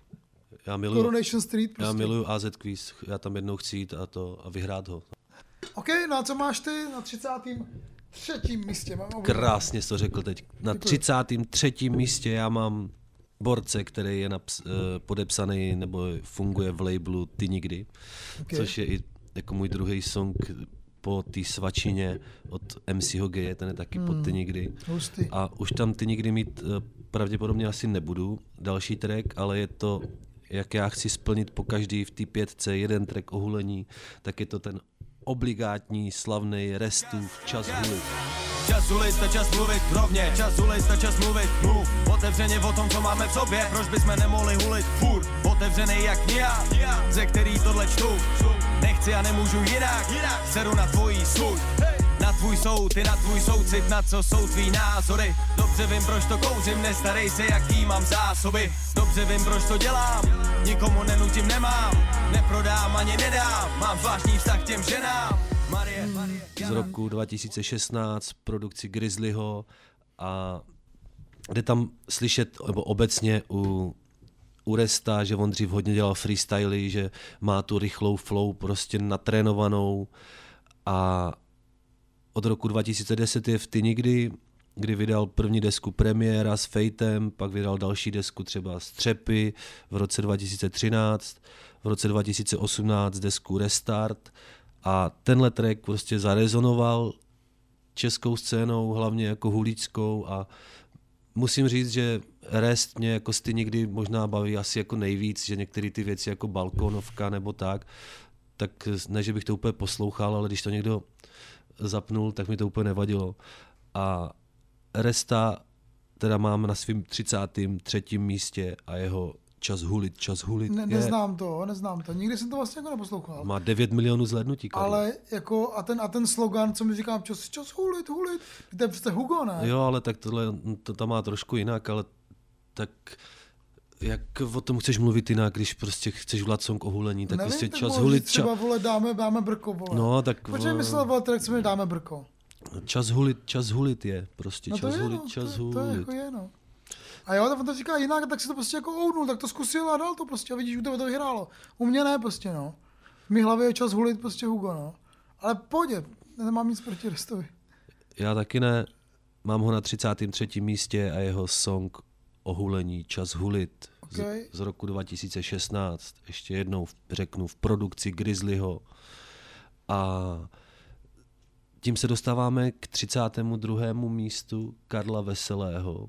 B: Coronation Street. Prostě.
A: Já miluju AZ quiz, já tam jednou chci jít a vyhrát ho.
B: OK, no a co máš ty na 33. místě?
A: Krásně jsi to řekl teď. Na 33. místě já mám Borce, který je podepsaný nebo funguje v labelu Ty nikdy, což je i jako můj druhý song po té svačině od MC Hogeje, ten je taky pod Ty nikdy.
B: Hustý.
A: A už tam Ty nikdy mít pravděpodobně asi nebudu, další track, ale je to, jak já chci splnit po každý v té 5 jeden track o hulení, tak je to ten obligátní, slavný Restův Čas hulit.
E: Čas hulit a čas mluvit rovně, čas hulit a čas mluvit mluv. Otevřeně o tom, co máme v sobě, proč bychom nemohli hulit furt. Otevřenej jak nijak, ze který tohle čtu. Nechci a nemůžu jinak, seru na tvojí svůj. Na tvůj soud, ty na tvůj soucit, na co jsou tvý názory. Dobře vím, proč to kouřím, nestarej se, jaký mám zásoby. Dobře vím, proč to dělám, nikomu nenutím, nemám. Neprodám ani nedám, mám zvláštní vztah k těm ženám. Marie.
A: Z roku 2016 produkci Grizzlyho a jde tam slyšet, nebo obecně u Resta, že on dřív hodně dělal freestyly, že má tu rychlou flow prostě natrénovanou a od roku 2010 je v Ty nikdy, kdy vydal první desku Premiéra s Fejtem, pak vydal další desku třeba Střepy v roce 2013, v roce 2018 desku Restart a tenhle track prostě zarezonoval českou scénou, hlavně jako hulíčskou a musím říct, že Rest mě jako Ty nikdy možná baví asi jako nejvíc, že některé ty věci jako Balkónovka nebo tak ne, že bych to úplně poslouchal, ale když to někdo zapnul, tak mi to úplně nevadilo. A Resta teda mám na svým 33. místě a jeho Čas hulit.
B: Neznám to. Nikdy jsem to vlastně jako neposlouchal.
A: Má 9 milionů zhlédnutí.
B: Ale jako a ten slogan, co mi říkám, čas hulit. To je přece Hugo, ne?
A: Jo, ale tak tohle to tam má trošku jinak, ale tak jak o tom chceš mluvit jinak, když prostě chceš udělat song o hulení, tak
B: nevím,
A: prostě
B: tak
A: čas hulit.
B: Třeba vole dáme brko, vole.
A: No, tak
B: proč nemyslel, vole, tak co mi dáme brko?
A: Čas hulit je prostě,
B: no
A: čas hulit.
B: To je jako je, no. A jo, tak on to říká jinak, tak si to prostě jako oudnul, tak to zkusil a dal to prostě a vidíš, u tebe to vyhrálo. U mě ne prostě, no. V mý hlavě je Čas hulit prostě Hugo, no. Ale pohodě, nemám nic proti Restovi.
A: Já taky ne, mám ho na 33. místě a jeho song o hulení Čas hulit z roku 2016, ještě jednou řeknu v produkci Grizzlyho a tím se dostáváme k 32. místu Karla Veselého.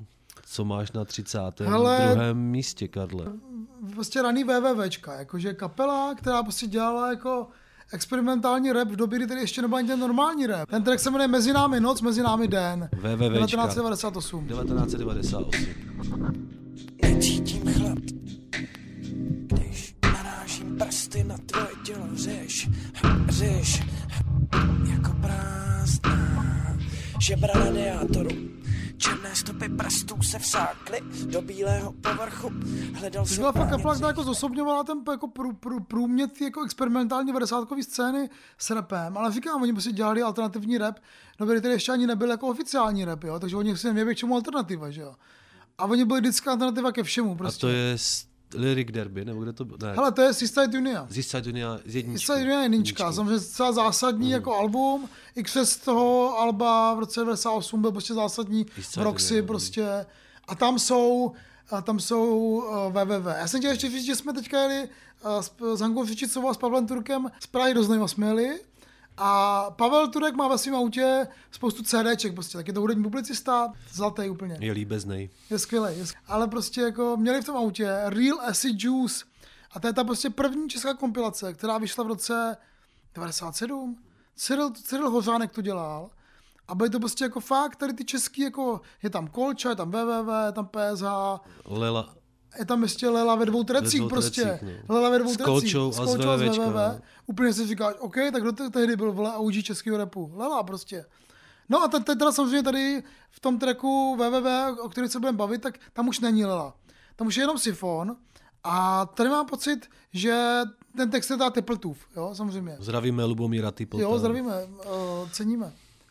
A: co máš na 32. místě, Karle?
B: Prostě raný WWWčka, jakože kapela, která prostě dělala jako experimentální rap v době, kdy tady ještě nebyl ani ten normální rap. Ten track se jmenuje Mezi námi noc, mezi námi den.
A: WWWčka.
B: 1998.
A: 1998.
E: Necítím chlad, když narážím prsty na tvoje tělo, řeš, jako prázdná žebra radiátoru. Černé stopy prstů se vsákly do bílého povrchu. Hledal jsem
B: fakt kapela, která jako zosobňovala ten jako průmět jako experimentální 90kový scény s rapem, ale říkám, oni prostě dělali alternativní rap, no kdy tady ještě ani nebyl jako oficiální rap, jo, takže oni si nevěděli, k čemu alternativa, že jo. A oni byli vždycky alternativa ke všemu prostě.
A: A to je Lyric Derby, nebo kde to bylo?
B: Hele, to je East Side Unia.
A: East Side Unia z jedničky.
B: East Side Unia je jednička, samozřejmě celá zásadní jako album, i přes toho alba v roce 98 byl prostě zásadní v Roxy prostě. A tam jsou WWW. Já jsem chtěl ještě říct, že jsme teďka jeli s Hankou Řičicovou a s Pavlem Turkem z Prahy do Znojma jsme jeli. A Pavel Turek má ve svém autě spoustu CDček, prostě, tak je to hudební publicista, zlatý úplně.
A: Je líbeznej.
B: Je skvělej, ale prostě jako měli v tom autě Real Acid Juice a to je ta prostě první česká kompilace, která vyšla v roce 97. Cyril Hořánek to dělal a byly to prostě jako fakt, tady ty český, jako je tam Kolča, je tam WWW, je tam PSH.
A: Lela.
B: Je tam ještě Lela ve dvou trecích prostě.
A: No.
B: Lela ve dvou trecích.
A: S Kolčou a s WWWčkou.
B: Úplně si říkáš, OK, tak kdo tehdy byl vole OG českého rapu? Lela prostě. No a teď teda samozřejmě tady v tom tracku WWW, o kterém se budeme bavit, tak tam už není Lela. Tam už je jenom Sifon. A tady mám pocit, že ten text je Tepltův, jo, samozřejmě.
A: Zdravíme Lubomíra Teplta.
B: Jo, zdravíme, ceníme.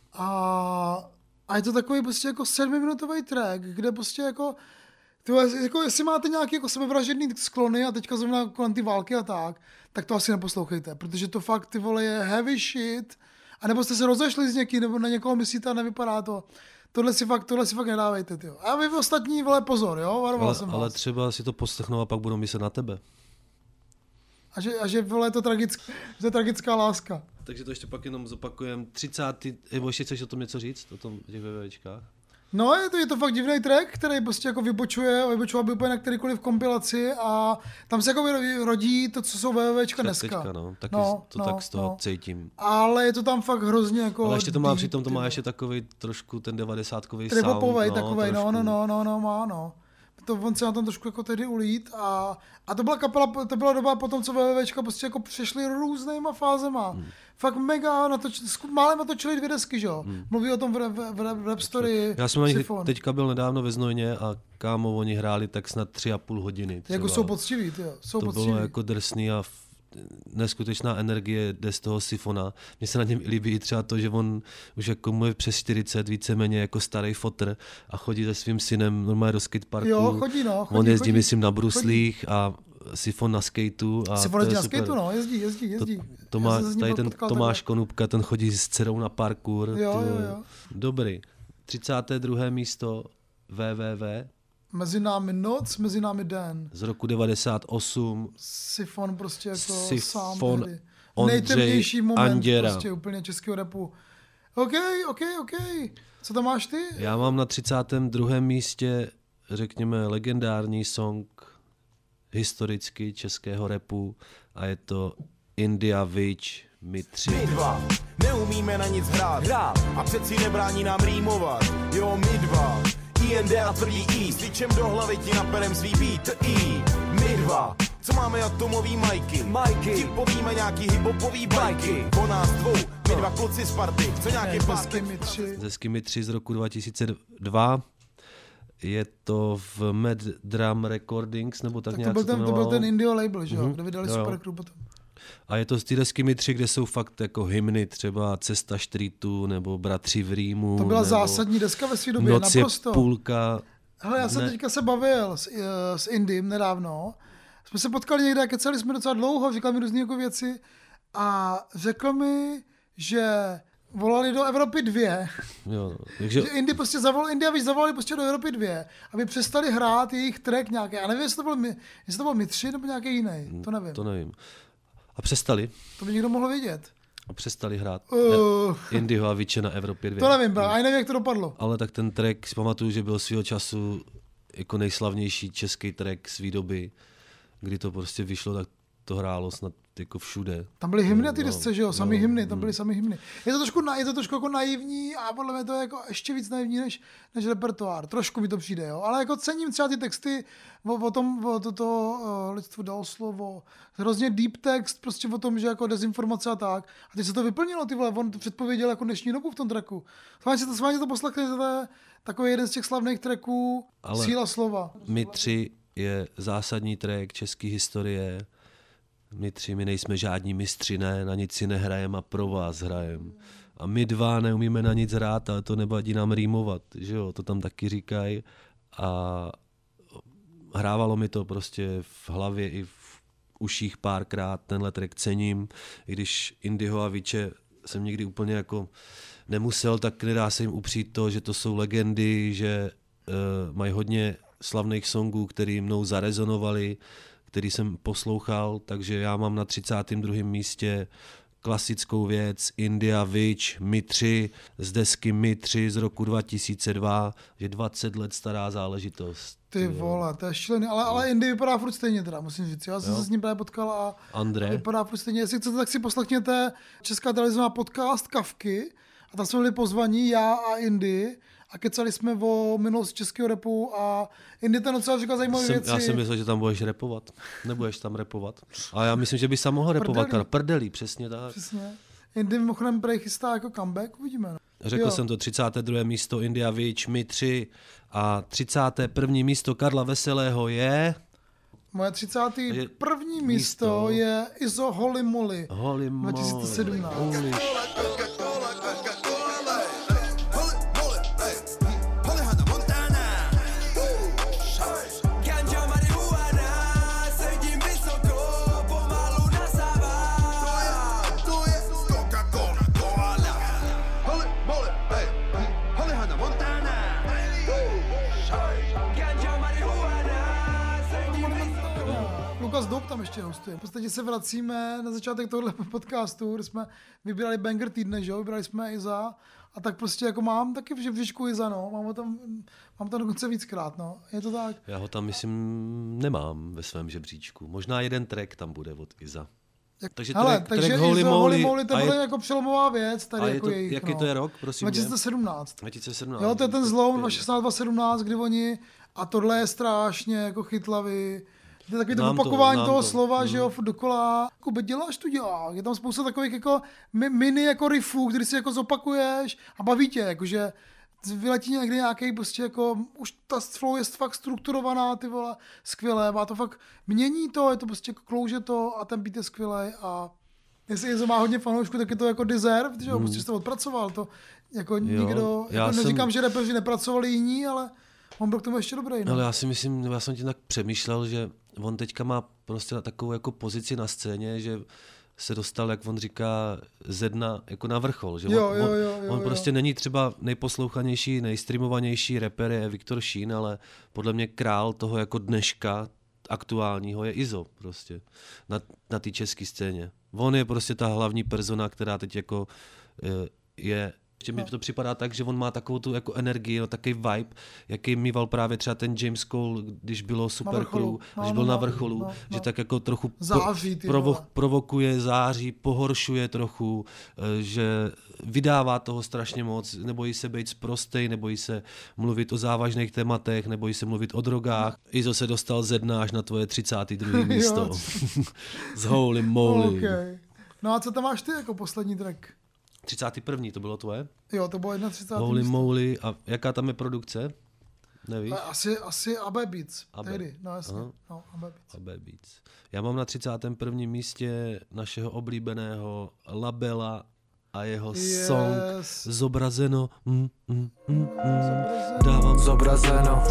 B: A je to takový prostě jako 7minutový track, kde prostě jako jestli máte nějaké jako sebevražedný sklony a teďka zrovna kolem ty války a tak to asi neposlouchejte, protože to fakt ty vole je heavy shit, a nebo jste se rozešli s někým, nebo na někoho myslíte a nevypadá to. Tohle si fakt nedávejte, tyjo. A vy ostatní, vole, pozor, jo, varoval jsem vás.
A: Ale třeba si to poslechnou a pak budou myslet na tebe.
B: A že vole, je to tragická láska.
A: Takže to ještě pak jenom zopakujem. 30. Nebo ještě chceš o tom něco říct? O tom těch VVčkách?
B: No, je to fakt divný track, který prostě jako vybočoval by úplně na kterýkoliv kompilaci a tam se jako rodí to, co jsou VVčka dneska.
A: Teďka, no. Taky tak z toho cítím.
B: Ale je to tam fakt hrozně jako...
A: Ale ještě to má přitom, to má ještě takový trošku ten 90kový sound.
B: Tripopovej takovej, no. To on se na tom trošku jako tedy ulít a to byla kapela, to byla doba potom, co VVčka prostě jako přešly různýma fázema. Fakt mega, málem natočili 2 desky, že jo? Mluví o tom v Rap Story.
A: Já jsem teďka byl nedávno ve Znojmě a kámo, oni hráli tak snad 3,5 hodiny. Třeba.
B: Jako jsou poctiví, tyjo.
A: To bylo jako drsný a neskutečná energie jde z toho Sifona. Mně se na něm líbí třeba to, že on už jako mu je přes 40, víceméně jako starý fotr a chodí se svým synem normálně do skateparku.
B: Jo, chodí.
A: On jezdí, myslím, na bruslích a Sifon na skateu.
B: Sifon jezdí na skateu, no, jezdí.
A: Tady ten Tomáš Konupka, ten chodí s dcerou na parkour.
B: Jo.
A: Dobrý. 32. místo WWW.
B: Mezi námi noc, mezi námi den.
A: Z roku 98.
B: Sifon prostě jako
A: Sifon,
B: sám. Nejtemnější moment prostě úplně českého rapu. OK. Co tam máš ty?
A: Já mám na 32. místě, řekněme, legendární song historicky českého rapu a je to India Witch, my 3.
E: My 2 neumíme na nic hrát a přeci nebrání nám rýmovat. Jo, my 2 IND a tvrdí I, sličem do hlavy ti naperem svý beat I. My 2, co máme atomový majky, ti povíme nějaký hiphopový bajky. Po nás 2, my 2 kluci z party, co nějaký pátek.
A: Ze Skimy 3 z roku 2002. Je to v Mad Drum Recordings, nebo tak nějak
B: to byl ten Indio label, že jo, kde vydali Super Crew potom.
A: A je to z té Skimy 3, kde jsou fakt jako hymny, třeba Cesta Streetu, nebo Bratři v Rýmu.
B: To byla zásadní deska ve své době,
A: Noc
B: naprosto.
A: Je půlka.
B: Hele, já jsem teďka se bavil s Indym nedávno. Jsme se potkali někde, kecali jsme docela dlouho, říkal mi různý jako věci a řekl mi, že volali do Evropy 2.
A: Jo,
B: že Indy prostě zavolali prostě do Evropy 2, aby přestali hrát jejich track nějaký. Já nevím, jestli to byl My 3 nebo nějaký jiný. To nevím.
A: A přestali.
B: To by někdo mohl vědět.
A: A přestali hrát Indyho a Witche na Evropě 2.
B: To nevím, ani nevím, jak to dopadlo.
A: Ale tak ten track si pamatuju, že byl svýho času jako nejslavnější český track svý doby, kdy to prostě vyšlo, tak to hrálo snad jako všude.
B: Tam byly hymny na ty desce, že jo? Sami hymny, tam byly sami hymny. Je to trošku jako naivní a podle mě to je jako ještě víc naivní než repertoár. Trošku mi to přijde, jo? Ale jako cením třeba ty texty o tom, toto lidstvo dalo slovo, hrozně deep text, prostě o tom, že jako dezinformace a tak. A teď se to vyplnilo, ty vole, on to předpověděl jako dnešní dobu v tom tracku. Schválně to poslechli, to je takový jeden z těch slavných tracků, ale Síla slova.
A: My 3 je zásadní track české historie. My 3, my nejsme žádní mistři, ne, na nic si nehrajem a pro vás hrajem. A my 2 neumíme na nic hrát, ale to nevadí nám rýmovat, že jo, to tam taky říkají. A hrávalo mi to prostě v hlavě i v uších párkrát, tenhle track cením, i když Indyho a Viče jsem nikdy úplně jako nemusel, tak nedá se jim upřít to, že to jsou legendy, že mají hodně slavných songů, který mnou zarezonovali, který jsem poslouchal, takže já mám na 32. místě klasickou věc India Witch, My 3, z desky My 3 z roku 2002, je 20 let stará záležitost.
B: Ty vole, to je šílený, ale Indy vypadá furt stejně teda, musím říct. Já jsem se s ním právě potkal a vypadá furt stejně. Jestli chcete, tak si poslechněte Česká televize má podcast Kavky a tam jsme byli pozvaní, já a Indy, a kecali jsme o minulosti českého rapu a Indy ten docela říkal zajímavé věci.
A: Já jsem myslel, že tam budeš rapovat. Nebudeš tam rapovat. A já myslím, že bys tam mohl rapovat. Prdelí, přesně tak.
B: Přesně. Indy mimochodem prej chystá jako comeback, uvidíme. No.
A: Řekl jsem to, 32. místo India Witch, My 3 a 31. místo Karla Veselého je...
B: Moje 31. místo je Izo Holy Moly 2017. Tam ještě hostuje. V podstatě se vracíme na začátek tohohle podcastu, kde jsme vybírali banger týdne, že jo? Vybrali jsme Iza a tak prostě jako mám taky v žebříčku Iza, no. Mám tam dokonce víckrát, no. Je to tak?
A: Já ho tam, myslím, nemám ve svém žebříčku. Možná jeden track tam bude od Iza.
B: Takže Holy Moly, to bude jako přelomová věc. Tady jako jejich,
A: jaký to je rok, prosím?
B: 2017. Jo, to je ten zlom 2016, kdy oni, a tohle je strašně jako chytlavý. To je takový to opakování toho slova, že jo, dokola. Jako děláš, tu děláš. Je tam spousta takových jako mini jako riffů, který si jako zopakuješ a baví tě, jakože vyletí někdy nějaký prostě jako, už ta flow je fakt strukturovaná, ty vole, skvělé, má to fakt, mění to, je to prostě jako klouže to a ten beat je skvělej a jestli Izo má hodně fanoušků, tak je to jako deserve, že jo, prostě jsi to odpracoval, to jako nikdo, jako neříkám, že rapeři nepracovali jiní, ale on byl k tomu ještě dobrý. No.
A: Ale já si myslím, já jsem tím tak přemýšlel, že on teďka má prostě takovou jako pozici na scéně, že se dostal, jak on říká, ze dna jako na vrchol. Že on prostě není třeba nejposlouchanější, nejstreamovanější rapper je Viktor Šín, ale podle mě král toho jako dneška aktuálního je Izo prostě na té české scéně. On je prostě ta hlavní persona, která teď jako je. Ještě mi to připadá tak, že on má takovou tu jako energii, no, takový vibe, jaký mýval právě třeba ten James Cole, když bylo Super Crew, když byl na vrcholu, že tak jako trochu provokuje, září, pohoršuje trochu, že vydává toho strašně moc, nebojí se být sprostej, nebojí se mluvit o závažných tématech, nebojí se mluvit o drogách. Izo se dostal ze dna až na tvoje 32. místo. Z Holy Moly.
B: Okay. No a co tam máš ty jako poslední track?
A: 31. to bylo tvoje?
B: Jo, to bylo 31.
A: Holy Moly. A jaká tam je produkce? Nevíš?
B: Asi AB Beats. Tehdy, no jasně. No,
A: AB Beats. Já mám na 31. místě našeho oblíbeného Labela a jeho song Zobrazeno. Dávám
N: zobrazeno.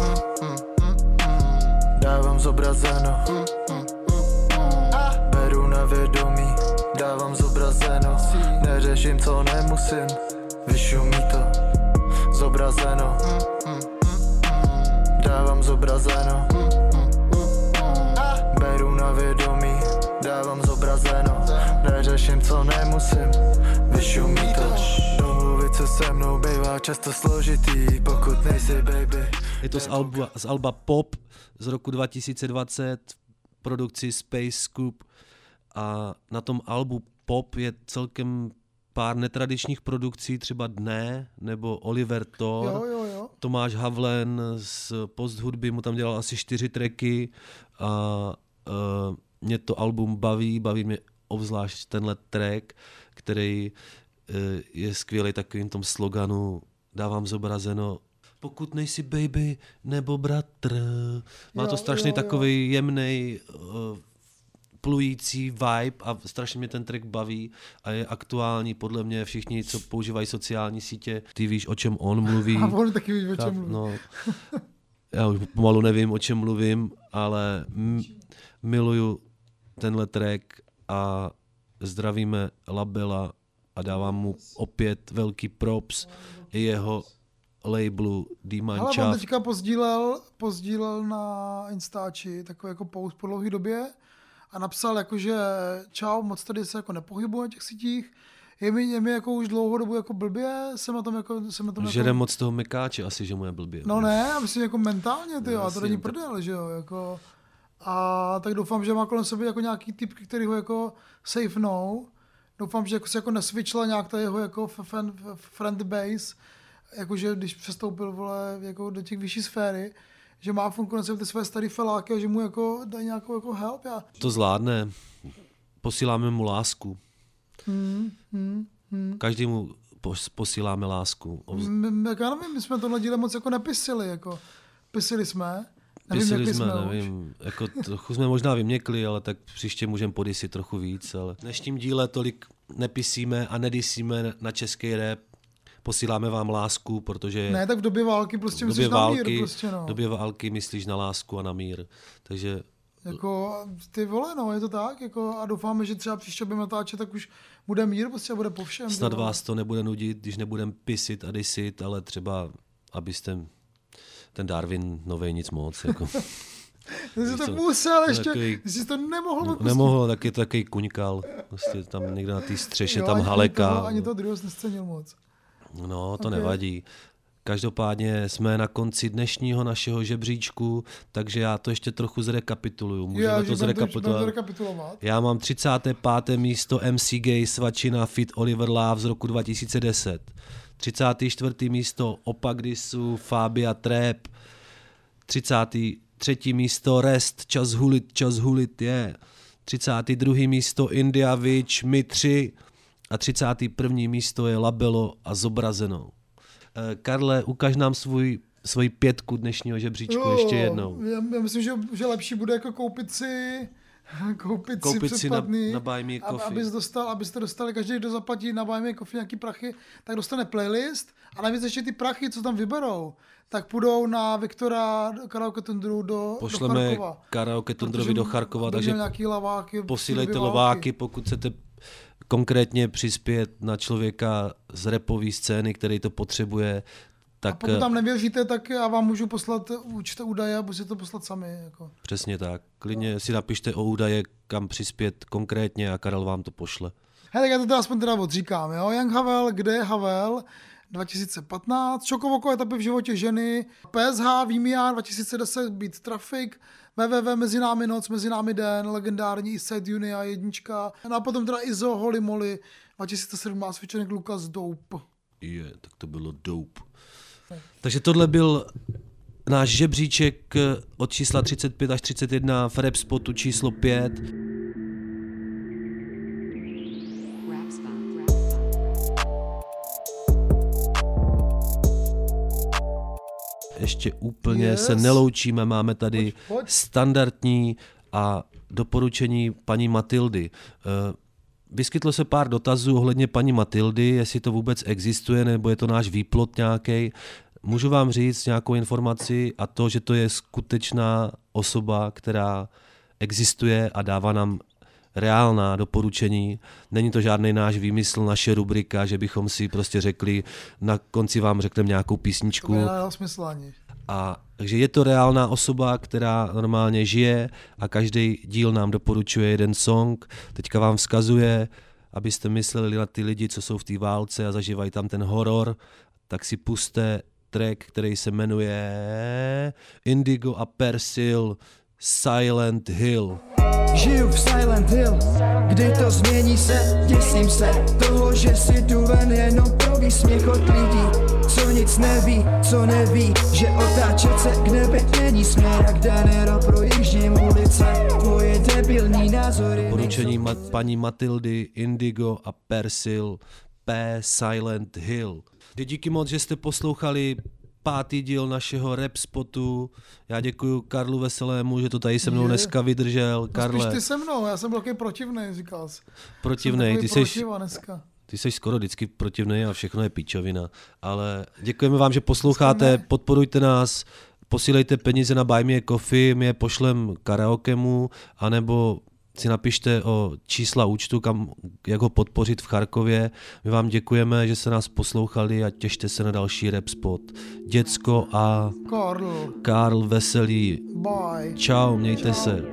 N: Dávám zobrazeno. Beru na vědomí. Dávám zobrazeno, neřeším, co nemusím, vyšumí to, zobrazeno. Dávám zobrazeno, beru na vědomí, dávám zobrazeno, neřeším, co nemusím, vyšumí to, domluvit co se mnou bývá často složitý, pokud nejsi baby.
A: Je to z alba Pop z roku 2020 v produkci Space Scoop a na tom albu Pop je celkem pár netradičních produkcí, třeba Dne nebo Oliver Thor.
B: Jo.
A: Tomáš Havlen z posthudby mu tam dělal asi 4 tracky a mě to album baví mě obzvlášť tenhle track, který je skvělý takovým tom sloganu dávám zobrazeno pokud nejsi baby nebo bratr. Má to strašně takový jemnej plující vibe a strašně mě ten track baví a je aktuální podle mě. Všichni, co používají sociální sítě, ty víš, o čem on mluví.
B: A on taky ví, o čem mluví.
A: No, já už pomalu nevím, o čem mluvím, ale miluju tenhle track a zdravíme Labela a dávám mu opět velký props i jeho labelu D-Man Chav.
B: Ale on teďka pozdílel na Instači takový jako post po dlouhé době a napsal jako, že čau, moc tady se jako nepohybuji na těch sítích, je mi jako už dlouhou dobu jako blbě, jsem na tom
A: že jde moc toho mekáče asi, že mu je blbě.
B: No ne, já myslím jako mentálně, tyjo, a to není prdel, že jo, jako. A tak doufám, že má kolem sebe jako nějaký typ, který ho jako safenou. Doufám, že jako se jako nesvičla nějak ta jeho jako friend base, jakože když přestoupil vole, jako do těch vyšší sféry, že má furt kolem sebe ty své starý feláky a že mu jako dají nějakou jako help.
A: To zvládne. Posíláme mu lásku. Každému posíláme lásku.
B: Já nevím, my jsme tohle díle moc jako nepisili, jako pisili jsme.
A: Nevím, jako trochu jsme možná vyměkli, ale tak příště můžeme podysit trochu víc, ale v dnešním díle tolik nepisíme a nedisíme na český rap. Posíláme vám lásku, protože...
B: Ne, tak v době války prostě myslíš na mír. Prostě, no.
A: V době války myslíš na lásku a na mír, takže...
B: Jako, ty vole, no, je to tak, jako, a doufáme, že třeba příště budeme natáčet, tak už bude mír, prostě bude po všem.
A: Snad vás to nebude nudit, když nebudeme pisit a disit, ale třeba, abyste... Ten Darwin novej nic moc, jako...
B: Jsi to musel ještě, jsi to nemohl
A: Nemohl, tak je to takový kuňkal, prostě tam někde na té střeše, jo, tam haleka.
B: Ani to druhého nescenil moc.
A: No, to nevadí. Každopádně jsme na konci dnešního našeho žebříčku, takže já to ještě trochu zrekapituluju. Můžeme to zrekapitulovat? Já mám 35. místo MC Gay Svačina feat. Oliver Love z roku 2010. 34. místo Opak Disu Fabia Trap. 33. místo Rest Čas hulit je. 32. místo India Witch My 3 a 31. místo je Labelo a Zobrazeno. Karle, ukaž nám svoji 5 dnešního žebříčku ještě jednou.
B: Já myslím, že lepší bude jako koupit si předplatný,
A: na Buy Me Coffee.
B: Abyste dostali, každý, kdo zaplatí na Buy Me Coffee nějaký prachy, tak dostane playlist a navíc ještě ty prachy, co tam vyberou, tak půjdou na Viktora Karaoke Tundru do Charkova.
A: Karaoke Tundrovi do Charkova, takže
B: laváky,
A: posílejte lováky, pokud chcete konkrétně přispět na člověka z rapové scény, který to potřebuje. Tak, a
B: pokud tam nevěříte, tak já vám můžu poslat údaje a musíte to poslat sami. Jako.
A: Přesně tak. Klidně si napište o údaje, kam přispět konkrétně a Karel vám to pošle.
B: Hele, tak já to teda aspoň odříkám. Jo? Young Havel, kde je Havel? 2015. Šokovoko etapy v životě ženy. PSH, Vimian, 2010, Beat Traffic. www, Mezi námi noc, Mezi námi den, legendární Eastside Junia, 1. No a potom teda Izo, Holy Moly, 2017, featuring Lucas Dope.
A: Tak to bylo dope. Takže tohle byl náš žebříček od čísla 35 až 31 v Rap Spotu číslo 5. Ještě úplně se neloučíme, máme tady standardní a doporučení paní Matildy. Vyskytlo se pár dotazů ohledně paní Matildy, jestli to vůbec existuje, nebo je to náš výplot nějaký. Můžu vám říct nějakou informaci a to, že to je skutečná osoba, která existuje a dává nám reálná doporučení. Není to žádný náš výmysl, naše rubrika, že bychom si prostě řekli, na konci vám řekneme nějakou písničku.
B: To je smysl ani.
A: Takže je to reálná osoba, která normálně žije a každý díl nám doporučuje jeden song. Teďka vám vzkazuje abyste mysleli na ty lidi, co jsou v té válce a zažívají tam ten horor, tak si puste track, který se jmenuje Indigo a Persil Silent Hill.
O: Žiju v Silent Hill, kdy to změní se, děsím se toho, že si jdu ven jenom pro výsměch od lidí, co nic neví, co neví, že otáčet se k nebi není směr, jak Danero projíždím ulice, tvoje debilní názory.
A: Poručení paní Matildy, Indigo a Persil P. Silent Hill. Díky moc, že jste poslouchali 5. díl našeho rap spotu. Já děkuji Karlu Veselému, že to tady se mnou dneska vydržel. Karle.
B: Spíš ty se mnou, já jsem byl takový protivnej, říkal jsi.
A: Protivnej, ty jsi skoro vždycky protivnej a všechno je píčovina. Ale děkujeme vám, že posloucháte, podporujte nás, posílejte peníze na Buy Me a Coffee, my je pošlem karaokemu, anebo si napište o čísla účtu, jak ho podpořit v Charkově. My vám děkujeme, že se nás poslouchali a těšte se na další rap spot. Děcko a Karl Veselý.
B: Bye.
A: Čau, mějte se.